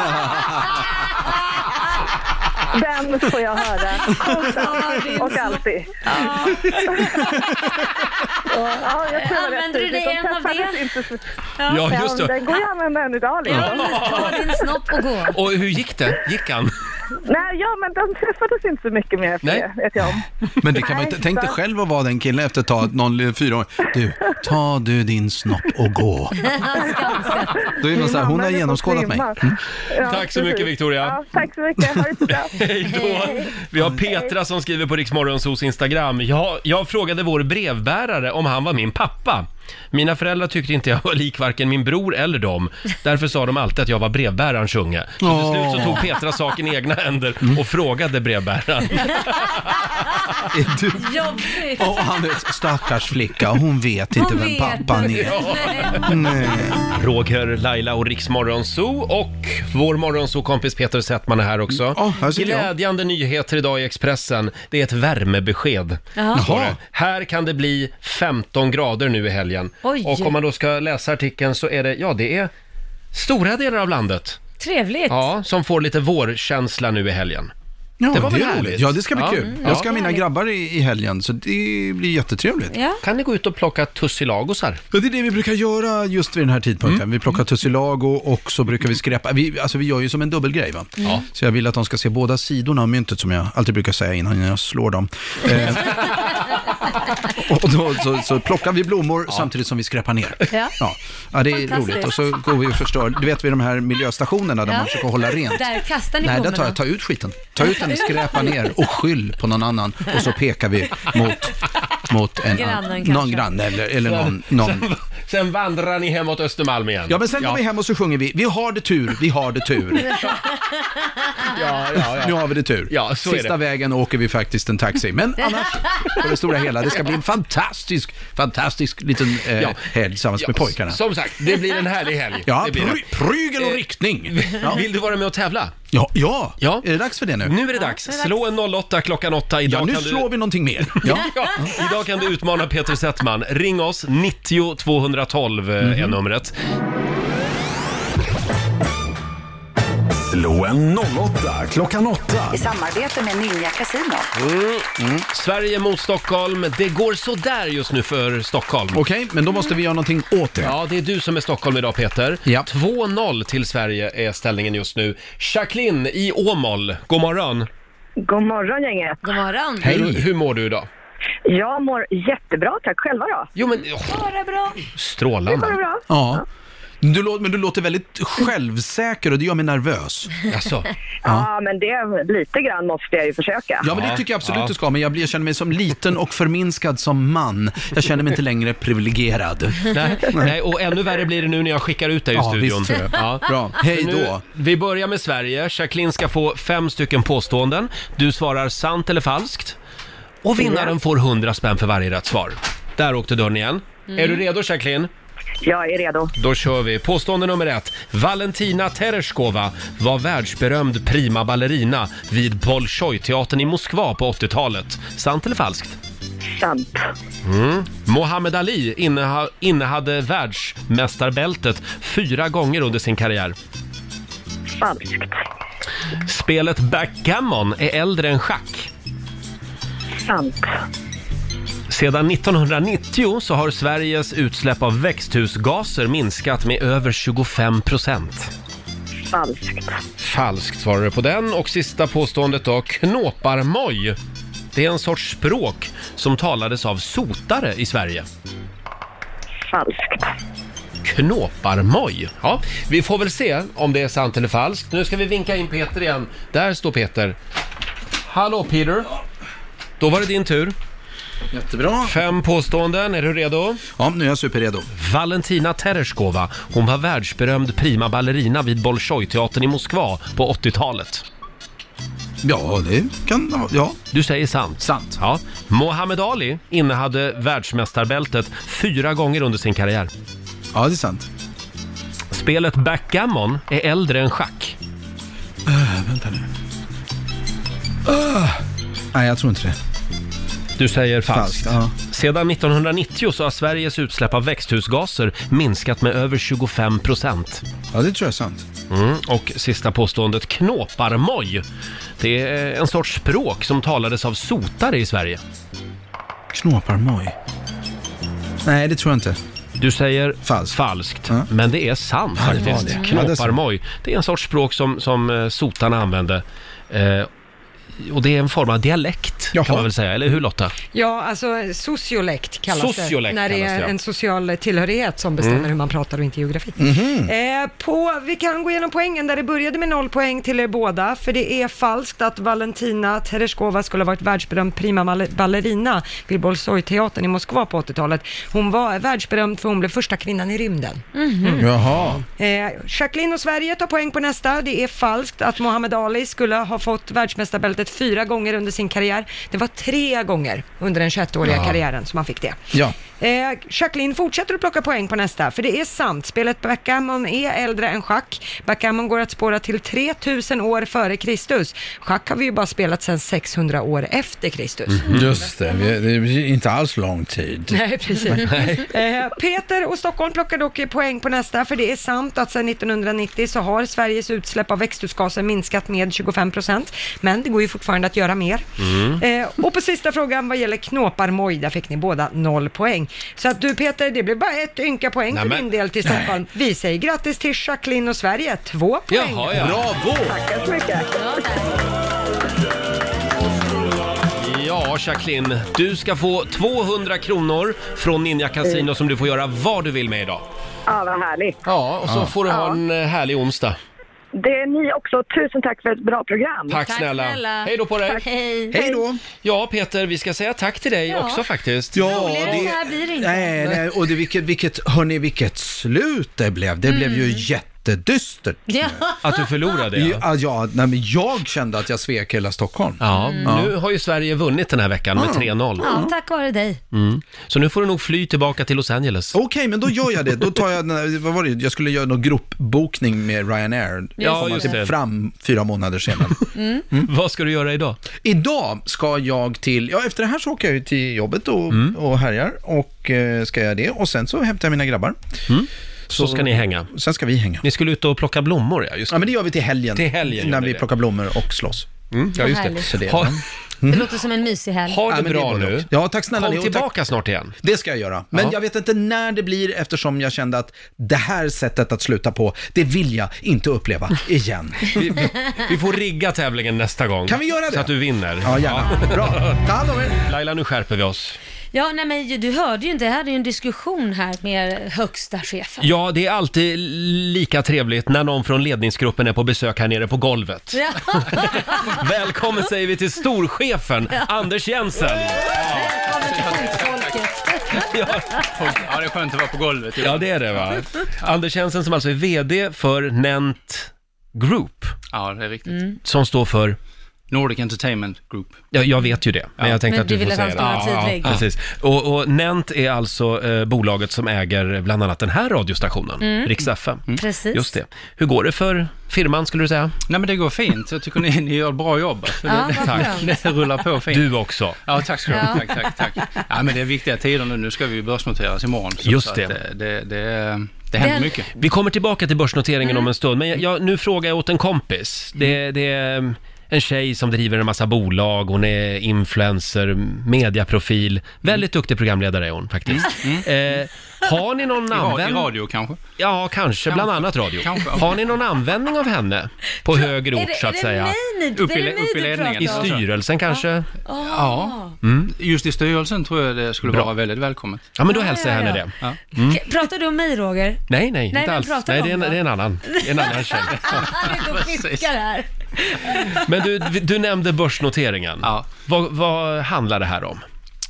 Den får jag höra. Och, och alltid. Ja. Och, ja, jag tror Använder du dig en av det? Inte så... Ja, ja, just det. Den går ju att använda än idag. Liksom. Ja, ta din snopp och gå. Och hur gick det? Gick han? Nej, ja, men de träffades inte så mycket mer efter Nej. det, vet jag om. Men det kan man inte, tänk dig själv att vara den killen efter att ta någon fyra år. Du, ta du din snopp och gå. Då är det så här, hon har genomskådat mig. Mm. Ja, tack så mycket, Victoria. Ja, tack så mycket, ha det så bra. Hej då. Vi har Petra som skriver på Riksmorgonsos Instagram. Jag, jag frågade vår brevbärare om han var min pappa. Mina föräldrar tyckte inte jag var lik varken min bror eller dem. Därför sa de alltid att jag var brevbärarens unge. Så till slut så tog Petra saken i egna händer och frågade brevbäraren. Är du... Jobbigt. Och han är stackars flicka, hon vet inte Hon vem vet pappan inte. är. Nej. Roger, Laila och Riksmorgonso och vår morgonso-kompis Peter Settman är här också. Oh, här sitter jag. Glädjande nyheter idag i Expressen. Det är ett värmebesked. Jaha. Står det. Här kan det bli femton grader nu i helgen. Oj. Och om man då ska läsa artikeln så är det, ja det är stora delar av landet. Trevligt. Ja, som får lite vårkänsla nu i helgen. Ja, Det var det väl är härligt? roligt. Ja, det ska bli Ja. kul. Mm, Jag ska ja. ha mina Härligt. grabbar i, i helgen, så det blir jättetrevligt. Ja. Kan ni gå ut och plocka tussilagosar? Ja, det är det vi brukar göra just vid den här tidpunkten. Mm. Vi plockar tussilago och så brukar vi skräpa. Vi, alltså vi gör ju som en dubbelgrej, va? Ja. Så jag vill att de ska se båda sidorna av myntet, som jag alltid brukar säga innan jag slår dem. Eh, och då så, så plockar vi blommor samtidigt som vi skräpar ner. Ja. Ja, ja det är Fantastiskt. roligt. Och så går vi och förstör. Du vet, vid de här miljöstationerna där Ja. man försöker hålla rent. Där kastar ni Nej, där blommorna. tar jag ta ut skiten. Ta ut den, skräpa ner och skyll på någon annan. Och så pekar vi mot, mot en Grannen annan, kanske. någon granne eller, eller någon... någon. Sen, sen vandrar ni hemåt Östermalm igen. Ja, men sen går vi hem och så sjunger vi. Vi har det tur, vi har det tur. Ja, ja, Nu ja. har vi det tur. Ja, så är Sista det. vägen åker vi faktiskt en taxi. Men annars, på det stora hela, det ska bli en fantastisk, fantastisk liten eh, Ja. helg tillsammans Ja, med pojkarna. Som sagt, det blir en härlig helg. Ja, det blir pry, det. prygel och Eh, riktning. Ja. Vill du vara med och tävla? Ja, ja. Ja. Är det dags för det nu? Nu är det dags. det är dags. Slå en noll åtta klockan åtta. Idag Ja, nu kan slår du... vi någonting mer. Ja. Ja, idag kan du utmana Peter Settman. Ring oss, nittio tvåhundratolv Mhm. är numret. Slå en noll åtta klockan åtta. I samarbete med Ninja Casino. Mm. Sverige mot Stockholm. Det går så där just nu för Stockholm. Okej, men då måste vi göra någonting åt det. Ja, det är du som är Stockholm idag, Peter. Ja. två noll till Sverige är ställningen just nu. Jacqueline i Åmål, god morgon. God morgon, gänget. God morgon. Hur, hur mår du idag? Jag mår jättebra, tack själva då. Jo, men oh, Bara bra. strålande. Går det bra? Ja. Du, lå- men du låter väldigt självsäker och det gör mig nervös. Jaså? Ja, men det lite grann måste jag ju försöka. Ja, men det tycker jag absolut Ja. du ska. Men jag, blir, jag känner mig som liten och förminskad som man. Jag känner mig inte längre privilegierad. Nej, nej, och ännu värre blir det nu när jag skickar ut dig i Ja, studion. visst, tror jag. Ja. Bra. Hej Så nu, då. vi börjar med Sverige. Jacqueline ska få fem stycken påståenden. Du svarar sant eller falskt. Och vinnaren får hundra spänn för varje rätt svar. Där åkte dörren igen. Är du redo, Jacqueline? Jag är redo. Då kör vi. Påstående nummer ett. Valentina Tereshkova var världsberömd prima ballerina vid Bolshoi-teatern i Moskva på åttiotalet. Sant eller falskt? Sant. Mm. Muhammad Ali inneha, innehade världsmästarbältet fyra gånger under sin karriär. Falskt. Spelet backgammon är äldre än schack. Sant. Sedan nittonhundranittio så har Sveriges utsläpp av växthusgaser minskat med över tjugofem procent. Falskt. Falskt svarar du på den. Och sista påståendet då, knåparmoj. Det är en sorts språk som talades av sotare i Sverige. Falskt. Knåparmoj. Ja, vi får väl se om det är sant eller falskt. Nu ska vi vinka in Peter igen. Där står Peter. Hallå Peter. Då var det din tur. Jättebra. Fem påståenden, är du redo? Ja, nu är jag superredo. Valentina Tereshkova, hon var världsberömd prima ballerina vid Bolshoi-teatern i Moskva på åttiotalet. Ja, det kan... Ja. Du säger sant. Sant. Ja. Muhammad Ali innehade världsmästarbältet fyra gånger under sin karriär. Ja, det är sant. Spelet backgammon är äldre än schack. Uh, vänta nu. Uh. Nej, jag tror inte det. Du säger falskt. falskt ja. Sedan nittonhundranittio så har Sveriges utsläpp av växthusgaser minskat med över tjugofem procent. Ja, det tror jag är sant. Mm. Och sista påståendet, knåparmoj. Det är en sorts språk som talades av sotare i Sverige. Knåparmoj? Nej, det tror jag inte. Du säger falskt, falskt ja. Men det är sant ja, det faktiskt. det. Knåparmoj. Det är en sorts språk som, som sotarna använde. Eh, och det är en form av dialekt. Jaha. Kan man väl säga, eller hur Lotta? Ja, alltså sociolekt kallas sociolekt det. När det är det, ja. en social tillhörighet som bestämmer mm. hur man pratar och inte geografi. Mm-hmm. Eh, på, vi kan gå igenom poängen där det började med noll poäng till er båda. För det är falskt att Valentina Tereshkova skulle ha varit världsberömd prima ballerina vid Bolshoi-teatern i Moskva på åttiotalet. Hon var världsberömd för hon blev första kvinnan i rymden. Mm-hmm. Mm. Jaha. Eh, Jacqueline och Sverige tar poäng på nästa. Det är falskt att Muhammad Ali skulle ha fått världsmästarbältet fyra gånger under sin karriär. Det var tre gånger under den tjugoettåriga ja. karriären som han fick det. Ja. Eh, Jacqueline fortsätter att plocka poäng på nästa, för det är sant. Spelet backgammon är äldre än schack. Backgammon går att spåra till tre tusen år före Kristus. Schack har vi ju bara spelat sedan sexhundra år efter Kristus. Mm. Just det, det är inte alls lång tid. Nej, precis. Nej. Eh, Peter och Stockholm plockar dock poäng på nästa, för det är sant att sedan nittonhundranittio så har Sveriges utsläpp av växthusgaser minskat med tjugofem procent, men det går ju fortfarande att göra mer. Mm. Eh, och på sista frågan vad gäller knåparmoj, där fick ni båda noll poäng. Så att du Peter, det blir bara ett ynka poäng för din del till Stockholm. Nej. Vi säger grattis till Jacqueline och Sverige, två poäng. Jaha, ja. Bravo! Tack så mycket. Ja, Jacqueline, du ska få tvåhundra kronor från Ninja Casino mm. som du får göra vad du vill med idag. Ja, vad härligt. Ja, och så ja. får du ha en härlig onsdag. Det är ni också. Tusen tack för ett bra program. Tack, tack snälla. snälla. Hej då på dig. Tack. Hej. Hej då. Ja, Peter, vi ska säga tack till dig ja. också faktiskt. Ja, Roligare det... så här blir det inte. Nej, nej, och det, vilket, vilket, hörni, vilket slut det blev. Det mm. blev ju jättedystert. Ja. Att du förlorade, ja. Ja, ja nej, men jag kände att jag svek hela Stockholm. Ja, mm. ja. Nu har ju Sverige vunnit den här veckan med tre noll. Ja, tack vare dig. Mm. Så nu får du nog fly tillbaka till Los Angeles. Okej, okay, men då gör jag det. Då tar jag, vad var det? Jag skulle göra någon gruppbokning med Ryanair. Ja, just det. Fram fyra månader senare. Mm. Mm. Vad ska du göra idag? Idag ska jag till, ja efter det här så åker jag ju till jobbet och, mm. och härjar och eh, ska jag det. Och sen så hämtar jag mina grabbar. Mm. Så, så ska ni hänga. Sen ska vi hänga. Ni skulle ut och plocka blommor, ja. Just det. Ja, men det gör vi till helgen. Till helgen när vi det. plockar blommor och slåss. Mm. Ja, just det. Så det, ha, mm. det låter som en mysig helg. Ha det ja, bra det nu. Ja, tack snälla. Kom ni, tillbaka tack. snart igen. Det ska jag göra. Men ja. jag vet inte när det blir eftersom jag kände att det här sättet att sluta på, det vill jag inte uppleva igen. vi, vi, vi får rigga tävlingen nästa gång. Kan vi göra det? Så att du vinner. Ja, gärna. Ja. Bra. Ta hand om er. Laila, nu skärper vi oss. Ja, nej men du hörde ju inte, jag hade ju en diskussion här med högsta chefen. Ja, det är alltid lika trevligt när någon från ledningsgruppen är på besök här nere på golvet. Ja. Välkommen säger vi till storchefen, ja. Anders Jensen. Välkommen till folket. Ja. ja, det är skönt att vara på golvet. Ja, det är det va. Anders Jensen som alltså är vd för Nent Group. Ja, det är riktigt. Mm. Som står för... Nordic Entertainment Group. Ja, jag vet ju det, men ja. jag tänkte men att du, du får säga det. Ja, ja, precis. Och, och Nent är alltså eh, bolaget som äger bland annat den här radiostationen, mm. Rix F M. Mm. Precis. Just det. Hur går det för firman skulle du säga? Nej, men det går fint. Jag tycker ni, ni gör ett bra jobb. Alltså. Ja, det, tack. Det rullar på fint. Du också. Ja, tack ska du ha. Tack, tack, tack. Ja, men det är viktiga tider nu. Nu ska vi börsnoteras imorgon. Så Just så det. Att det, det, det Det händer mycket. Vi kommer tillbaka till börsnoteringen mm. om en stund. Men jag, jag, nu frågar jag åt en kompis. Det, det är en tjej som driver en massa bolag. Hon är influencer, mediaprofil. Väldigt duktig programledare är hon faktiskt. Mm. Mm. Eh, har ni någon I, användning? I radio kanske? Ja, kanske. kanske. Bland annat radio. Kanske. Har ni någon användning av henne på högre ort, så att säga? Upp upp i, upp i ledningen. I styrelsen kanske? Ja. Oh. Ja. Mm. Just i styrelsen tror jag det skulle Bra. vara väldigt välkommet. Ja, men då hälsar jag henne ja, ja. det. Ja. Mm. Pratar du om mig, Roger? Nej, nej, nej inte alls. Nej, det är, en, det är en annan. En annan tjej. Han är och fiskar här. Men du, du nämnde börsnoteringen. Ja. Vad, vad handlar det här om?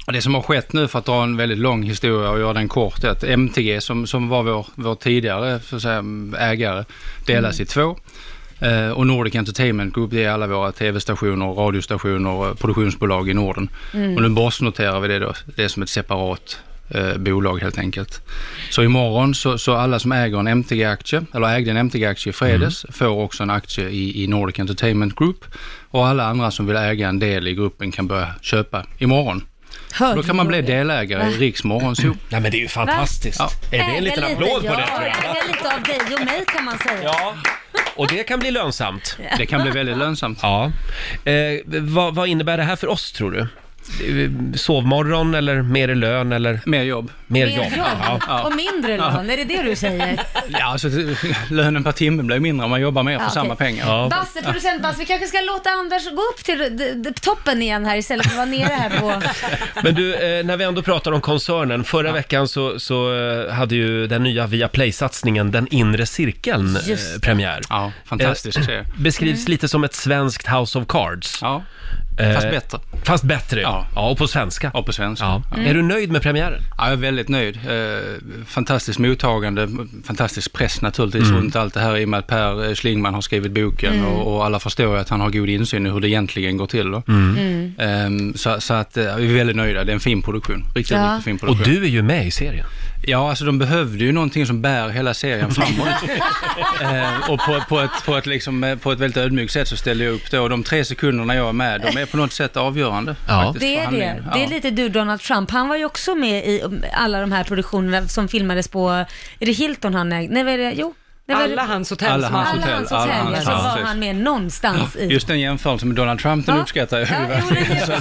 Och det som har skett nu, för att dra en väldigt lång historia och göra den kort, är att M T G som, som var vår, vår tidigare så att säga, ägare delas mm. i två. Eh, och Nordic Entertainment Group, det är alla våra tv-stationer, radiostationer och produktionsbolag i Norden. Mm. Och nu börsnoterar vi det då, det är som ett separat eh, bolag helt enkelt. Så imorgon så, så alla som äger en M T G-aktie, eller ägde en M T G-aktie i fredags, mm. får också en aktie i, i Nordic Entertainment Group. Och alla andra som vill äga en del i gruppen kan börja köpa imorgon. Hör, då kan man bli delägare i Riks Morgonzoo. Nej, men det är ju fantastiskt. Ja. Är det en liten applåd på ja, det, tror jag? Äga lite av dig och mig, kan man säga. Ja, och det kan bli lönsamt. Det kan bli väldigt lönsamt. Ja. Eh, vad, vad innebär det här för oss, tror du? Sovmorgon eller mer i lön eller? Mer jobb. Mer, mer jobb. jobb. Ja. Ja. Och mindre lön, är det det du säger? Ja, alltså lönen per timme blir mindre om man jobbar mer ja, för okay. samma pengar. Ja. Basse, producent Basse, vi kanske ska låta Anders gå upp till d- d- toppen igen här istället för att vara nere här på... Men du, eh, när vi ändå pratar om koncernen, förra ja. veckan så, så eh, hade ju den nya Viaplay-satsningen Den inre cirkeln eh, premiär. Ja, fantastisk eh, serie. Beskrivs mm. lite som ett svenskt House of Cards. Ja. Fast bättre. Fast bättre, ja. Ja, och på svenska. Och på svenska. Ja. Mm. Är du nöjd med premiären? Ja, jag är väldigt nöjd. Eh, fantastiskt mottagande, fantastisk press naturligtvis mm. runt allt det här, i och med att Per Schlingmann har skrivit boken mm. och, och alla förstår att han har god insyn i hur det egentligen går till. Då. Mm. Mm. Eh, så, så att eh, vi är väldigt nöjda. Det är en fin produktion. Riktigt, ja. riktigt fin produktion. Och du är ju med i serien. Ja, alltså de behövde ju någonting som bär hela serien framåt. eh, och på, på, ett, på, ett liksom, på ett väldigt ödmjukt sätt så ställer jag upp då. Och de tre sekunderna jag är med, de är på något sätt avgörande. Ja. Faktiskt, det är det. Ja. Det är lite du, Donald Trump. Han var ju också med i alla de här produktionerna som filmades på, är det Hilton han ägde? Nej, vad är det? Jo. Det var alla hans hotell. Alla hans alla hotell. Hans hotell. Alla hans, så ja, var han med någonstans i. Just den jämförelsen med Donald Trump, den ja. uppskattar jag. Ja, jo, det är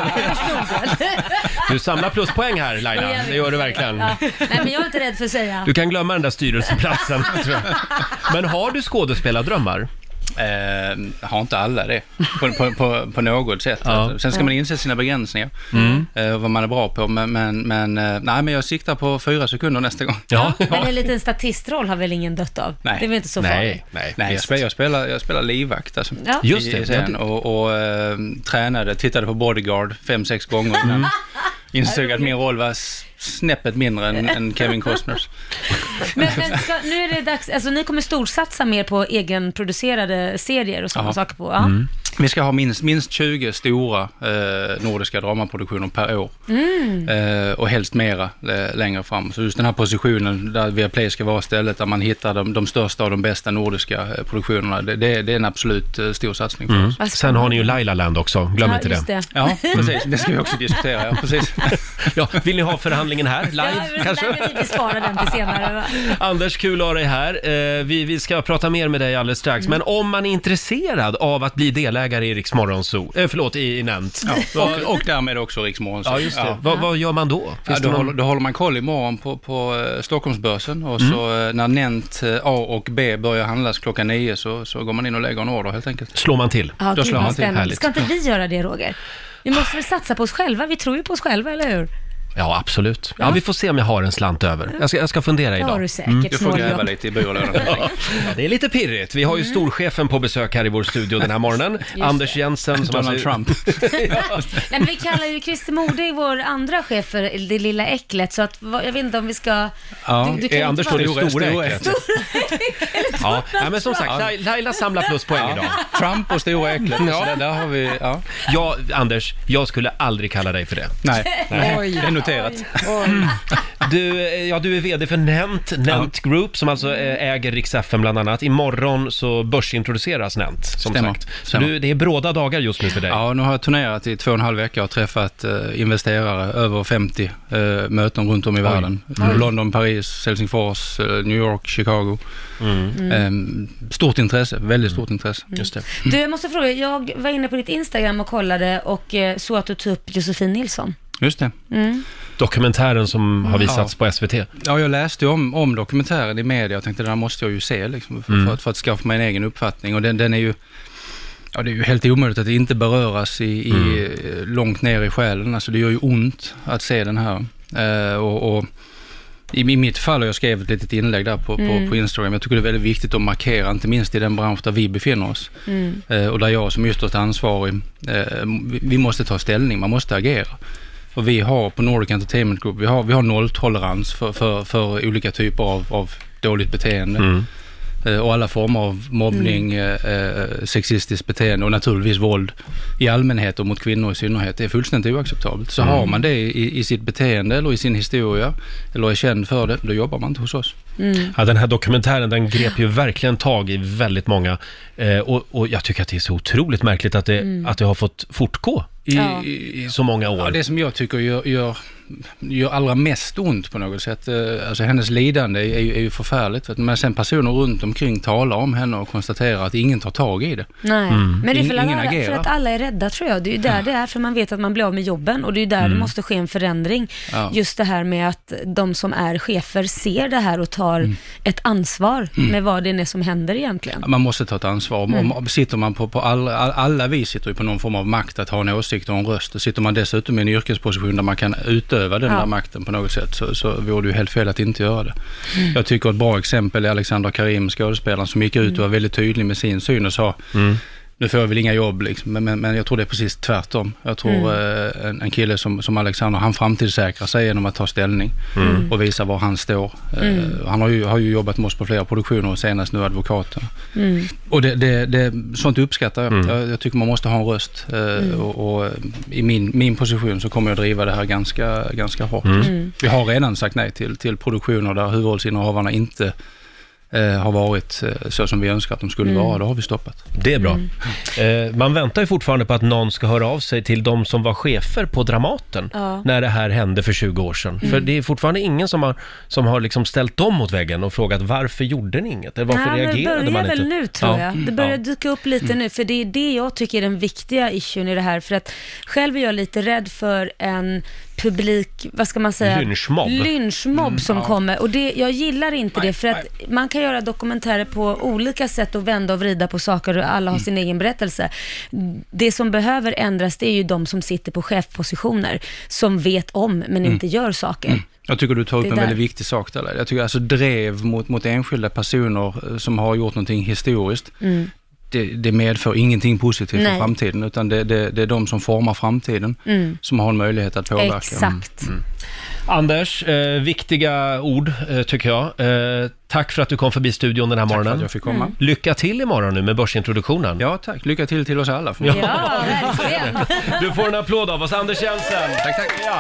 du samlar pluspoäng här, Laila. Det, det gör du verkligen. Ja. Nej, men jag är inte rädd för att säga. Du kan glömma den där styrelseplatsen, tror jag. Men har du skådespelardrömmar? Eh, har inte alla det på, på, på, på något sätt. Ja. Alltså. Sen ska man inse sina begränsningar mm. eh, vad man är bra på, men, men, men, eh, nej, men jag siktar på fyra sekunder nästa gång. Ja. Ja. Men en liten statistroll har väl ingen dött av? Nej. Det är väl inte så nej, farligt? Nej, nej jag, spelar, jag, spelar, jag spelar livvakt alltså. Ja. Just det. Sen, och och eh, tränade, tittade på Bodyguard fem, sex gånger innan. Mm. Insåg att min roll var snäppet mindre än, än Kevin Costners. Men, men ska, nu är det dags, alltså ni kommer storsatsa mer på egenproducerade serier och sådana Aha. saker på, ja. Mm. Vi ska ha minst, minst tjugo stora eh, nordiska dramaproduktioner per år. Mm. Eh, och helst mera eh, längre fram. Så just den här positionen där Viaplay ska vara stället där man hittar de, de största och de bästa nordiska eh, produktionerna, det, det, det är en absolut eh, stor satsning för mm. oss. Sen har ni ju Laila Land också, glöm ja, inte det. det. Ja, precis. Det ska vi också diskutera, ja, precis. Ja, vill ni ha förhandlingen här, live ja, kanske? Nej, vi sparar den till senare. Va? Anders, kul att ha dig här. Eh, vi, vi ska prata mer med dig alldeles strax. Mm. Men om man är intresserad av att bli delägare i Riks Morgonzoo, eh, förlåt, i, i Nent. Ja, och, och därmed också Riks Morgonzoo. Ja, just det. Ja. Va, vad gör man då? Ja, då, någon... håller, då håller man koll imorgon på, på uh, Stockholmsbörsen och mm. så uh, när Nent uh, A och B börjar handlas klockan nio så, så går man in och lägger en order helt enkelt. Slår man till? Ja, då slår man till. Härligt. Ska inte vi göra det, Roger? Vi måste väl satsa på oss själva, vi tror ju på oss själva, eller hur? Ja, absolut. Ja, vi får se om jag har en slant över. Jag ska, jag ska fundera idag. Ja, har du säkert. Mm. Du får gräva lite i byrålådan. Ja, det är lite pirrigt. Vi har ju storchefen på besök här i vår studio den här morgonen. Anders Jensen. Som Donald alltså... Trump. Ja. Nej, men vi kallar ju Christer Modig vår andra chef för det lilla äcklet. Så att, jag vet inte om vi ska... Ja. Du, du är Anders då det stora, stora äcklet? Stora... ja. ja, men som sagt, ja. Laila samlar pluspoäng ja. idag. Trump och stora äcklet. Ja. Där, där har vi... Ja. ja, Anders, jag skulle aldrig kalla dig för det. Nej, Nej. Oj. Det är noterat. Oj. Du, ja, du är vd för Nent, Nent ja. Group, som alltså äger Rix F M bland annat. Imorgon så börsintroduceras Nent, som Stämmer. sagt. Så du, det är bråda dagar just nu för dig. Ja, nu har jag turnerat i två och en halv vecka och träffat uh, investerare, över femtio uh, möten runt om i Oj. världen. Mm. London, Paris, Helsingfors, uh, New York, Chicago. Mm. Mm. Um, stort intresse, väldigt stort intresse. Mm. Just det. Du, jag måste fråga, jag var inne på ditt Instagram och kollade och uh, så att du tog upp Josefin Nilsson. Just det. Mm. Dokumentären som har visats ja. på S V T. Ja, jag läste om, om dokumentären i media och tänkte, den här måste jag ju se liksom, för, mm. för, att, för att skaffa mig en egen uppfattning. Och den, den är ju, ja, det är ju helt omöjligt att det inte beröras i, mm. i, långt ner i själen. Alltså det gör ju ont att se den här. Uh, och, och i, i mitt fall har jag skrivit ett litet inlägg där på, mm. på, på Instagram. Jag tycker det är väldigt viktigt att markera, inte minst i den bransch där vi befinner oss. Mm. Uh, och där jag som ytterst ansvarig, uh, vi, vi måste ta ställning, man måste agera. För vi har på Nordic Entertainment Group, vi har, vi har nolltolerans för, för, för olika typer av, av dåligt beteende. Mm. Och alla former av mobbning, mm. eh, sexistiskt beteende och naturligtvis våld i allmänhet och mot kvinnor i synnerhet. Det är fullständigt oacceptabelt. Så mm. har man det i, i sitt beteende eller i sin historia eller är känd för det, då jobbar man inte hos oss. Mm. Ja, den här dokumentären, den grep ju verkligen tag i väldigt många. Eh, och, och jag tycker att det är så otroligt märkligt att det, mm. att det har fått fortgå i, ja. i, i så många år. Ja, det som jag tycker gör, gör, gör allra mest ont på något sätt, eh, alltså hennes lidande är, är, ju, är ju förfärligt. Men sen personer runt omkring talar om henne och konstaterar att ingen tar tag i det. Nej, mm. men det är för, In, alla, för att alla är rädda, tror jag. Det är ju där ja. det är, för man vet att man blir av med jobben och det är ju där mm. det måste ske en förändring. Ja. Just det här med att de som är chefer ser det här och tar mm. ett ansvar mm. med vad det är som händer egentligen. Man måste ta ett ansvar. Mm. Om, sitter man på, på alla, alla vi sitter ju på någon form av makt att ha en åsikt och en röst. Och sitter man dessutom i en yrkesposition där man kan utöva den ja. där makten på något sätt, så, så vore det ju helt fel att inte göra det. Mm. Jag tycker ett bra exempel är Alexander Karim, skådespelaren, som gick ut och var väldigt tydlig med sin syn och sa mm. nu får jag väl inga jobb liksom, men, men, men jag tror det är precis tvärtom. Jag tror mm. eh, en, en kille som, som Alexander, han framtidssäkrar sig genom att ta ställning mm. och visa var han står. Mm. Eh, han har ju, har ju jobbat med oss på flera produktioner och senast nu advokaten. Mm. Och det, det, det, sånt uppskattar jag. Mm. jag. Jag tycker man måste ha en röst eh, mm. och, och i min, min position så kommer jag driva det här ganska, ganska hårt. Mm. Vi har redan sagt nej till, till produktioner där huvudrollsinnehavarna inte Eh, har varit eh, så som vi önskar att de skulle mm. vara, då har vi stoppat. Det är bra. Mm. Eh, man väntar ju fortfarande på att någon ska höra av sig till de som var chefer på Dramaten ja. när det här hände för tjugo år sedan. Mm. För det är fortfarande ingen som har, som har liksom ställt dem mot väggen och frågat varför gjorde ni inget? Eller varför Nej, reagerade det man inte? Det börjar väl nu, tror ja. jag. Det börjar ja. dyka upp lite mm. nu, för det är det jag tycker är den viktiga issuen i det här. För att själv är jag lite rädd för en publik, vad ska man säga? Lynchmobb. Lynchmobb mm, som ja. kommer. Och det, jag gillar inte nej, det, för att nej. man kan göra dokumentärer på olika sätt och vända och vrida på saker och alla har sin mm. egen berättelse. Det som behöver ändras, det är ju de som sitter på chefpositioner, som vet om men mm. inte gör saker. Mm. Jag tycker du tar upp en väldigt viktig sak där. Jag tycker alltså drev mot, mot enskilda personer som har gjort någonting historiskt. Mm. Det, det medför ingenting positivt Nej. för framtiden, utan det, det, det är de som formar framtiden mm. som har en möjlighet att påverka. Exakt. Mm. Anders, eh, viktiga ord eh, tycker jag. Eh, tack för att du kom förbi studion den här tack morgonen. Tack för att jag fick komma. Mm. Lycka till imorgon nu med börsintroduktionen. Ja, tack. Lycka till till oss alla. Ja, verkligen. Du får en applåd av oss, Anders Jensen. Tack, tack. Ja.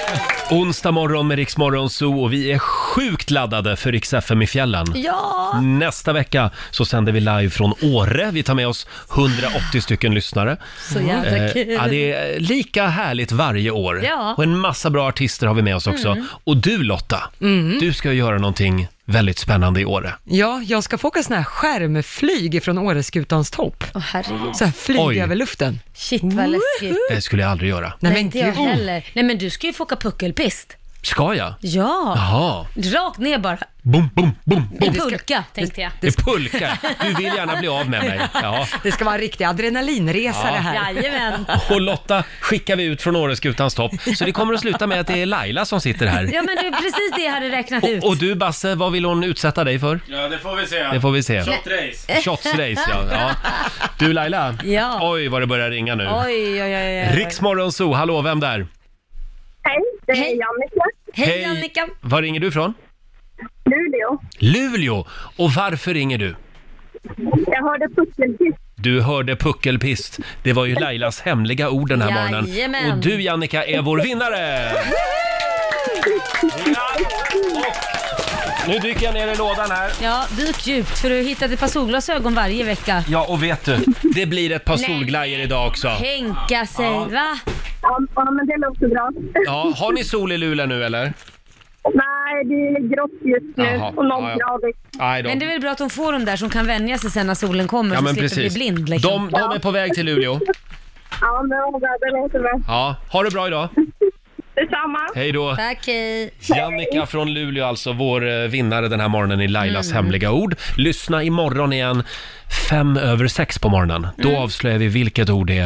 Onsdag morgon med Rix Morgon Zoo och vi är sjukt laddade för Rix F M i fjällen. Ja. Nästa vecka så sänder vi live från Åre. Vi tar med oss hundraåttio stycken lyssnare. Så jävla kul. Eh, ja, det är lika härligt varje år. Ja. Och en massa bra artister har vi med oss också. Mm. Och du Lotta, mm. du ska göra någonting väldigt spännande i Åre. Ja, jag ska få åka sån här skärmflyg från Åreskutans topp. Åh, herregud. Så här flyg Oj. över luften. Shit, vad läskigt. Det skulle jag aldrig göra. Nej, men inte jag heller. Nej, men du ska ju få åka puckelpist. Ska jag? Ja. Jaha. Rakt ner bara. Bum, bum, bum, bum. I pulka, tänkte jag. Det är pulka. Du vill gärna bli av med mig. Ja. Det ska vara en riktig adrenalinresa ja. det här. Jajamän. Och Lotta skickar vi ut från Åreskutans topp. Så det kommer att sluta med att det är Laila som sitter här. Ja, men det är precis det jag hade räknat ut. Och, och du Basse, vad vill hon utsätta dig för? Ja, det får vi se. Det får vi se. Shotrace. Shotsrace, ja. ja. Du Laila. Ja. Oj, vad det börjar ringa nu. Oj, oj, oj, oj. Rix Morgon Zoo, hallå, vem där? Hej, det är Hej. Jannica. Hej, Jannica. Var ringer du från? Luleå. Luleå. Och varför ringer du? Jag hörde puckelpist. Du hörde puckelpist. Det var ju Lailas hemliga ord den här morgonen. Jajamän. Och du Jannica är vår vinnare! Ja. Och nu dyker jag ner i lådan här. Ja, dyk djupt för du har hittat ett par solglasögon varje vecka. Ja, och vet du, det blir ett par solglajjor idag också. Tänka sig, Ja. va? Ja, ja, men det låter bra. Ja, har ni sol i Luleå nu eller? Nej, det är grått just nu. Jaha, Och noll ja, ja. gradigt. Nej då. Men det är väl bra att de får dem där som kan vänja sig sen när solen kommer, Ja, så men slipper precis. bli blind. Liksom. De, de är på väg till Luleå. Ja, men det låter bra. Ja, ha det bra idag. Detsamma. Hej då. Tack, hej. Jannica från Luleå, alltså vår eh, vinnare den här morgonen i Lailas mm. hemliga ord. Lyssna imorgon igen, fem över sex på morgonen. Då Mm. avslöjar vi vilket ord det är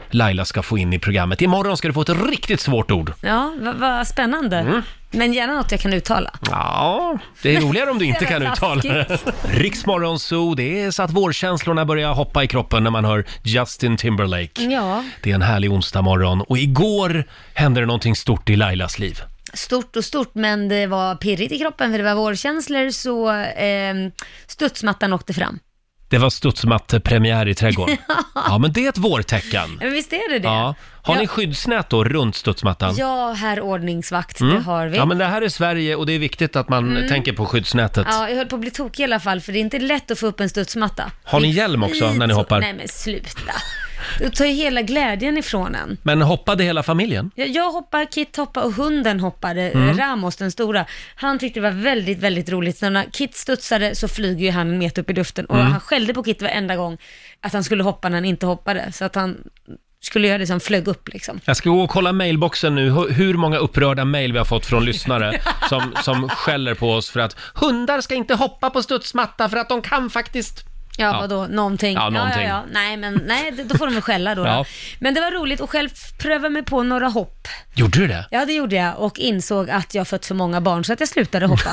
Laila ska få in i programmet. Imorgon ska du få ett riktigt svårt ord. Ja, vad va spännande. Mm. Men gärna något jag kan uttala. Ja, det är roligare om du inte kan uttala det. Riks Morgonzoo, det är så att vårkänslorna börjar hoppa i kroppen när man hör Justin Timberlake. Ja. Det är en härlig onsdag morgon och igår hände det någonting stort i Lailas liv. Stort och stort, men det var pirrigt i kroppen för det var vårkänslor, så eh, studsmattan åkte fram. Det var studsmattepremiär i trädgården. Ja, men det är ett vårtecken. Men visst är det det? Ja. Har ja. ni skyddsnät då runt studsmattan? Ja, herr ordningsvakt, Mm. det har vi. Ja, men det här är Sverige och det är viktigt att man Mm. tänker på skyddsnätet. Ja, jag höll på att bli tokig i alla fall, för det är inte lätt att få upp en studsmatta. Har ni hjälm också när ni hoppar? Nej, men sluta. Du tar ju hela glädjen ifrån en. Men hoppade hela familjen? Jag, jag hoppar, Kit hoppar och hunden hoppade, Mm. Ramos den stora. Han tyckte det var väldigt, väldigt roligt. Så när Kit studsade så flyger ju han en meter upp i luften. Och Mm. han skällde på Kit varenda gång att han skulle hoppa när han inte hoppade. Så att han skulle göra det som flög upp liksom. Jag ska gå och kolla mailboxen nu, Hur- hur många upprörda mail vi har fått från lyssnare som, som skäller på oss för att hundar ska inte hoppa på studsmatta för att de kan faktiskt... Ja, Ja. vadå? Någonting. Ja, någonting. Ja, ja, ja. Nej, men nej, då får de väl skälla då. Ja. då. Men det var roligt och själv pröva mig på några hopp. Gjorde du det? Ja, det gjorde jag och insåg att jag fött för många barn så att jag slutade hoppa.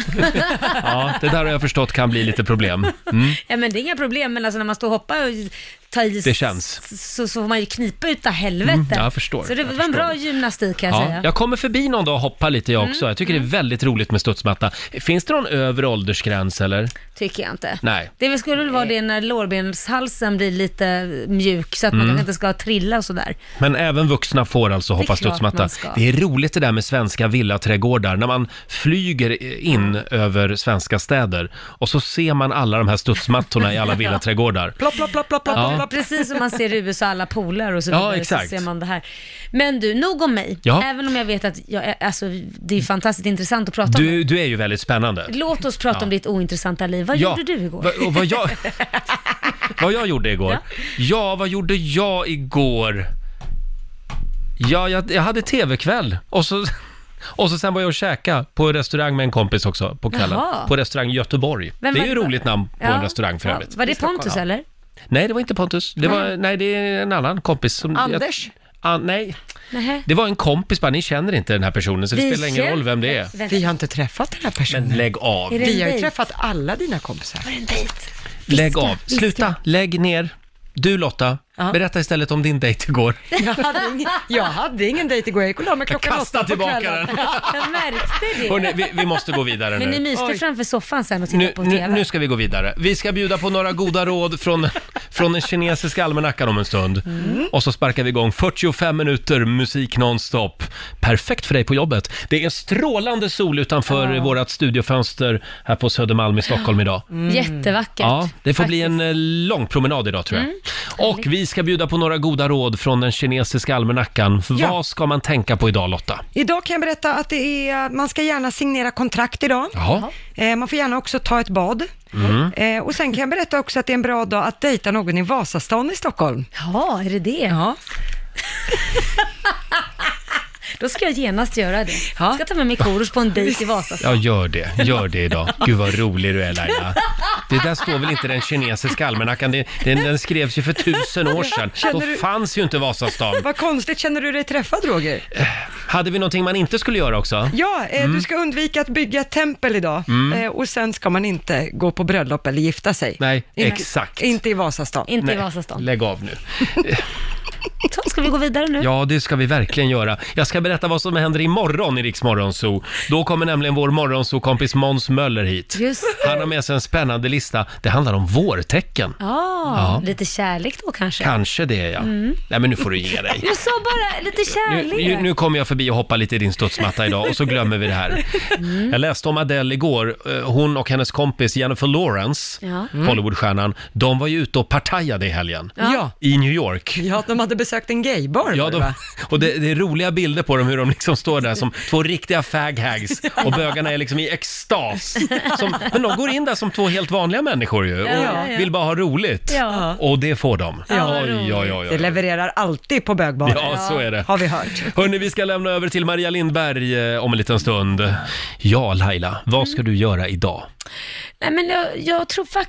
Ja, det där har jag förstått kan bli lite problem. Mm. Ja, men det är inga problem, men alltså när man står och hoppar och tar i Det känns. så, så får man ju knipa ut av helvete. Mm, jag förstår, Så det jag var en förstår. bra gymnastik kan jag Ja, säga. jag kommer förbi någon dag och hoppar lite jag också. Mm, Jag tycker det är väldigt roligt med studsmatta. Finns det någon övre åldersgräns eller? Tycker jag inte. Nej. Det väl skulle väl vara det när lårbenshalsen blir lite mjuk så att man Mm. kanske inte ska trilla och sådär. Men även vuxna får alltså Det är hoppa klart studsmatta. man ska. Det är roligt det där med svenska villaträdgårdar. När man flyger in över svenska städer och så ser man alla de här studsmattorna i alla villaträdgårdar. Plopp, plopp, plopp, plopp, plopp, Ja. plopp. Precis som man ser i U S A, alla polar och så Ja, vidare, exakt. så ser man det här. Men du, nog om mig. Ja. Även om jag vet att jag är, alltså, det är fantastiskt intressant att prata om. Du, du är ju väldigt spännande. Låt oss prata Ja. om ditt ointressanta liv. Vad Ja. gjorde du igår? Va, och vad, jag, vad jag gjorde igår? Ja. Ja, vad gjorde jag igår? Ja, jag, jag hade tv-kväll och så, och så sen var jag och käka på restaurang med en kompis också på kvällen. Jaha. På restaurang Göteborg. Men det är vad- ju ett roligt namn på Ja. en restaurang för Ja. övrigt. Var det Pontus eller? Nej, det var inte Pontus. Det Nej. var, nej, det är en annan kompis. Som, Anders? Jag, ah, nej, Nähä. det var en kompis bara. Ni känner inte den här personen så det Vi spelar ingen känner- roll vem det är. Vänta. Vi har inte träffat den här personen. Men lägg av. Är det en Vi har ju dejt? träffat alla dina kompisar. Var det en dejt? Lägg Viska, av. viska. Sluta. Lägg ner. Du Lotta, Ja. berätta istället om din dejt igår. Jag hade ingen, jag hade ingen dejt igår, jag gick och la mig klockan Kasta åtta på tillbaka kvällen. den. Jag märkte det. Hörrni, vi, vi måste gå vidare Men ni nu. myste Oj. framför soffan sen och tittade Nu, på nu. T V. Nu ska vi gå vidare. Vi ska bjuda på några goda råd från, från den kinesiska almanackan om en stund. Mm. Och så sparkar vi igång fyrtiofem minuter musik nonstop. Perfekt för dig på jobbet. Det är strålande sol utanför Ja. vårt studiofönster här på Södermalm i Stockholm idag. Jättevackert. Ja, det får bli Faktiskt. en eh, lång promenad idag tror jag. Mm, och vi ska bjuda på några goda råd från den kinesiska almanackan. Ja. Vad ska man tänka på idag Lotta? Idag kan jag berätta att det är, man ska gärna signera kontrakt idag. Jaha. Eh, man får gärna också ta ett bad. Mm. Eh, och sen kan jag berätta också att det är en bra dag att dejta någon i Vasastan i Stockholm. Ja, är det det? Ja. Då ska jag genast göra det. Ja. Jag ska ta med mig Korosh på en dejt i Vasastan. Ja, gör det. Gör det idag. Gud vad rolig du är Laila. Det där står väl inte den kinesiska almanackan. Det, den, den skrevs ju för tusen år sedan. Då Känner du- fanns ju inte Vasastan. Vad konstigt, känner du dig träffad Roger? Hade vi någonting man inte skulle göra också? Ja, eh, du ska undvika att bygga ett tempel idag. Mm. Eh, och sen ska man inte gå på bröllop eller gifta sig. Nej, Inte- exakt. Inte i Vasastan. Inte i Nej, Vasastan. lägg av nu. Så, ska vi gå vidare nu? Ja, det ska vi verkligen göra. Jag ska berätta vad som händer imorgon i Riks Morgonzoo. Då kommer nämligen vår Morgonzoo-kompis Måns Möller hit. Just Han har med sig en spännande lista. Det handlar om vårtecken. Ja, Ja. lite kärlek då kanske. Kanske det, ja. Mm. Nej, men nu får du ge dig. Jag sa bara lite Nu, kärlek. nu, nu kommer jag förbi och hoppar lite i din studsmatta idag och så glömmer vi det här. Mm. Jag läste om Adele igår. Eh, Hon och hennes kompis Jennifer Lawrence, Ja. Hollywoodstjärnan, de var ju ute och partajade i helgen. Ja. I New York. Ja, de hade besökt en gaybar. Ja, var det, de, va? och det, det är roliga bilder på dem hur de liksom står där som två riktiga fag-hags och bögarna är liksom i extas. Som, men de går in där som två helt vanliga människor ju och Ja, ja, ja. vill bara ha roligt. Ja. Och det får de. Ja, oj, oj, oj, oj. Det levererar alltid på bögbarer. Ja, så är det. Har vi hört. Hörrni, vi ska lämna över till Maria Lindberg eh, om en liten stund. Ja, Laila, vad ska du göra idag? Nej, men jag, jag tror faktiskt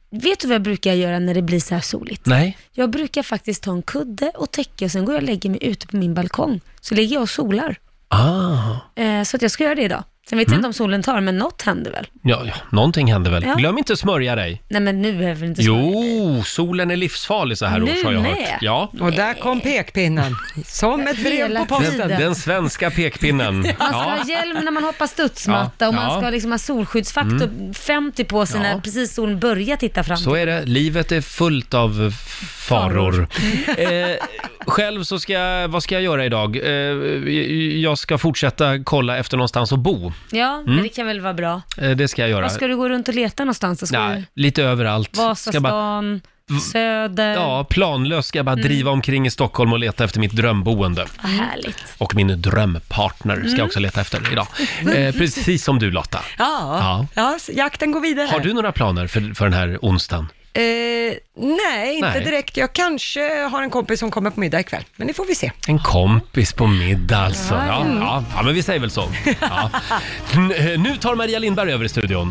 vet du vad jag brukar göra när det blir så här soligt? Nej. Jag brukar faktiskt ta en kudde och täcka och sen går jag och lägger mig ute på min balkong. Så ligger jag och solar. Ah. Eh, så att jag ska göra det idag. Sen vet jag Mm. inte om solen tar, men något händer väl? Ja, ja, någonting händer väl. Ja. Glöm inte smörja dig. Nej, men nu behöver vi inte smörja. Jo, solen är livsfarlig så här Nu års har jag med? hört. Ja. Och där kom pekpinnen, som ett brev Hela på posten. tiden. Den svenska pekpinnen. Man ska Ja. ha hjälm när man hoppar studsmatta Ja, och man ja. ska liksom ha solskyddsfaktor femtio på sig när Ja. precis solen börjar titta fram. Så är det. Livet är fullt av faror. eh, själv så ska jag, vad ska jag göra idag? Eh, jag ska fortsätta kolla efter någonstans att bo. Ja, Mm. men det kan väl vara bra. Eh, det ska jag göra. Vad ska du gå runt och leta någonstans? Då ska Nej, lite överallt. du Ska bara, Vasastan, Söder. ja, planlöst ska jag bara Mm. driva omkring i Stockholm och leta efter mitt drömboende. Vad härligt. Och min drömpartner ska jag Mm. också leta efter idag. Eh, precis som du Lotta. Ja, ja. jakten går vidare. Har du några planer för, för den här onsdagen? Eh, nej, inte Nej. direkt. Jag kanske har en kompis som kommer på middag ikväll, men det får vi se. En kompis på middag alltså. Ja, Mm. ja, ja men vi säger väl så. Ja. N- Nu tar Maria Lindberg över i studion.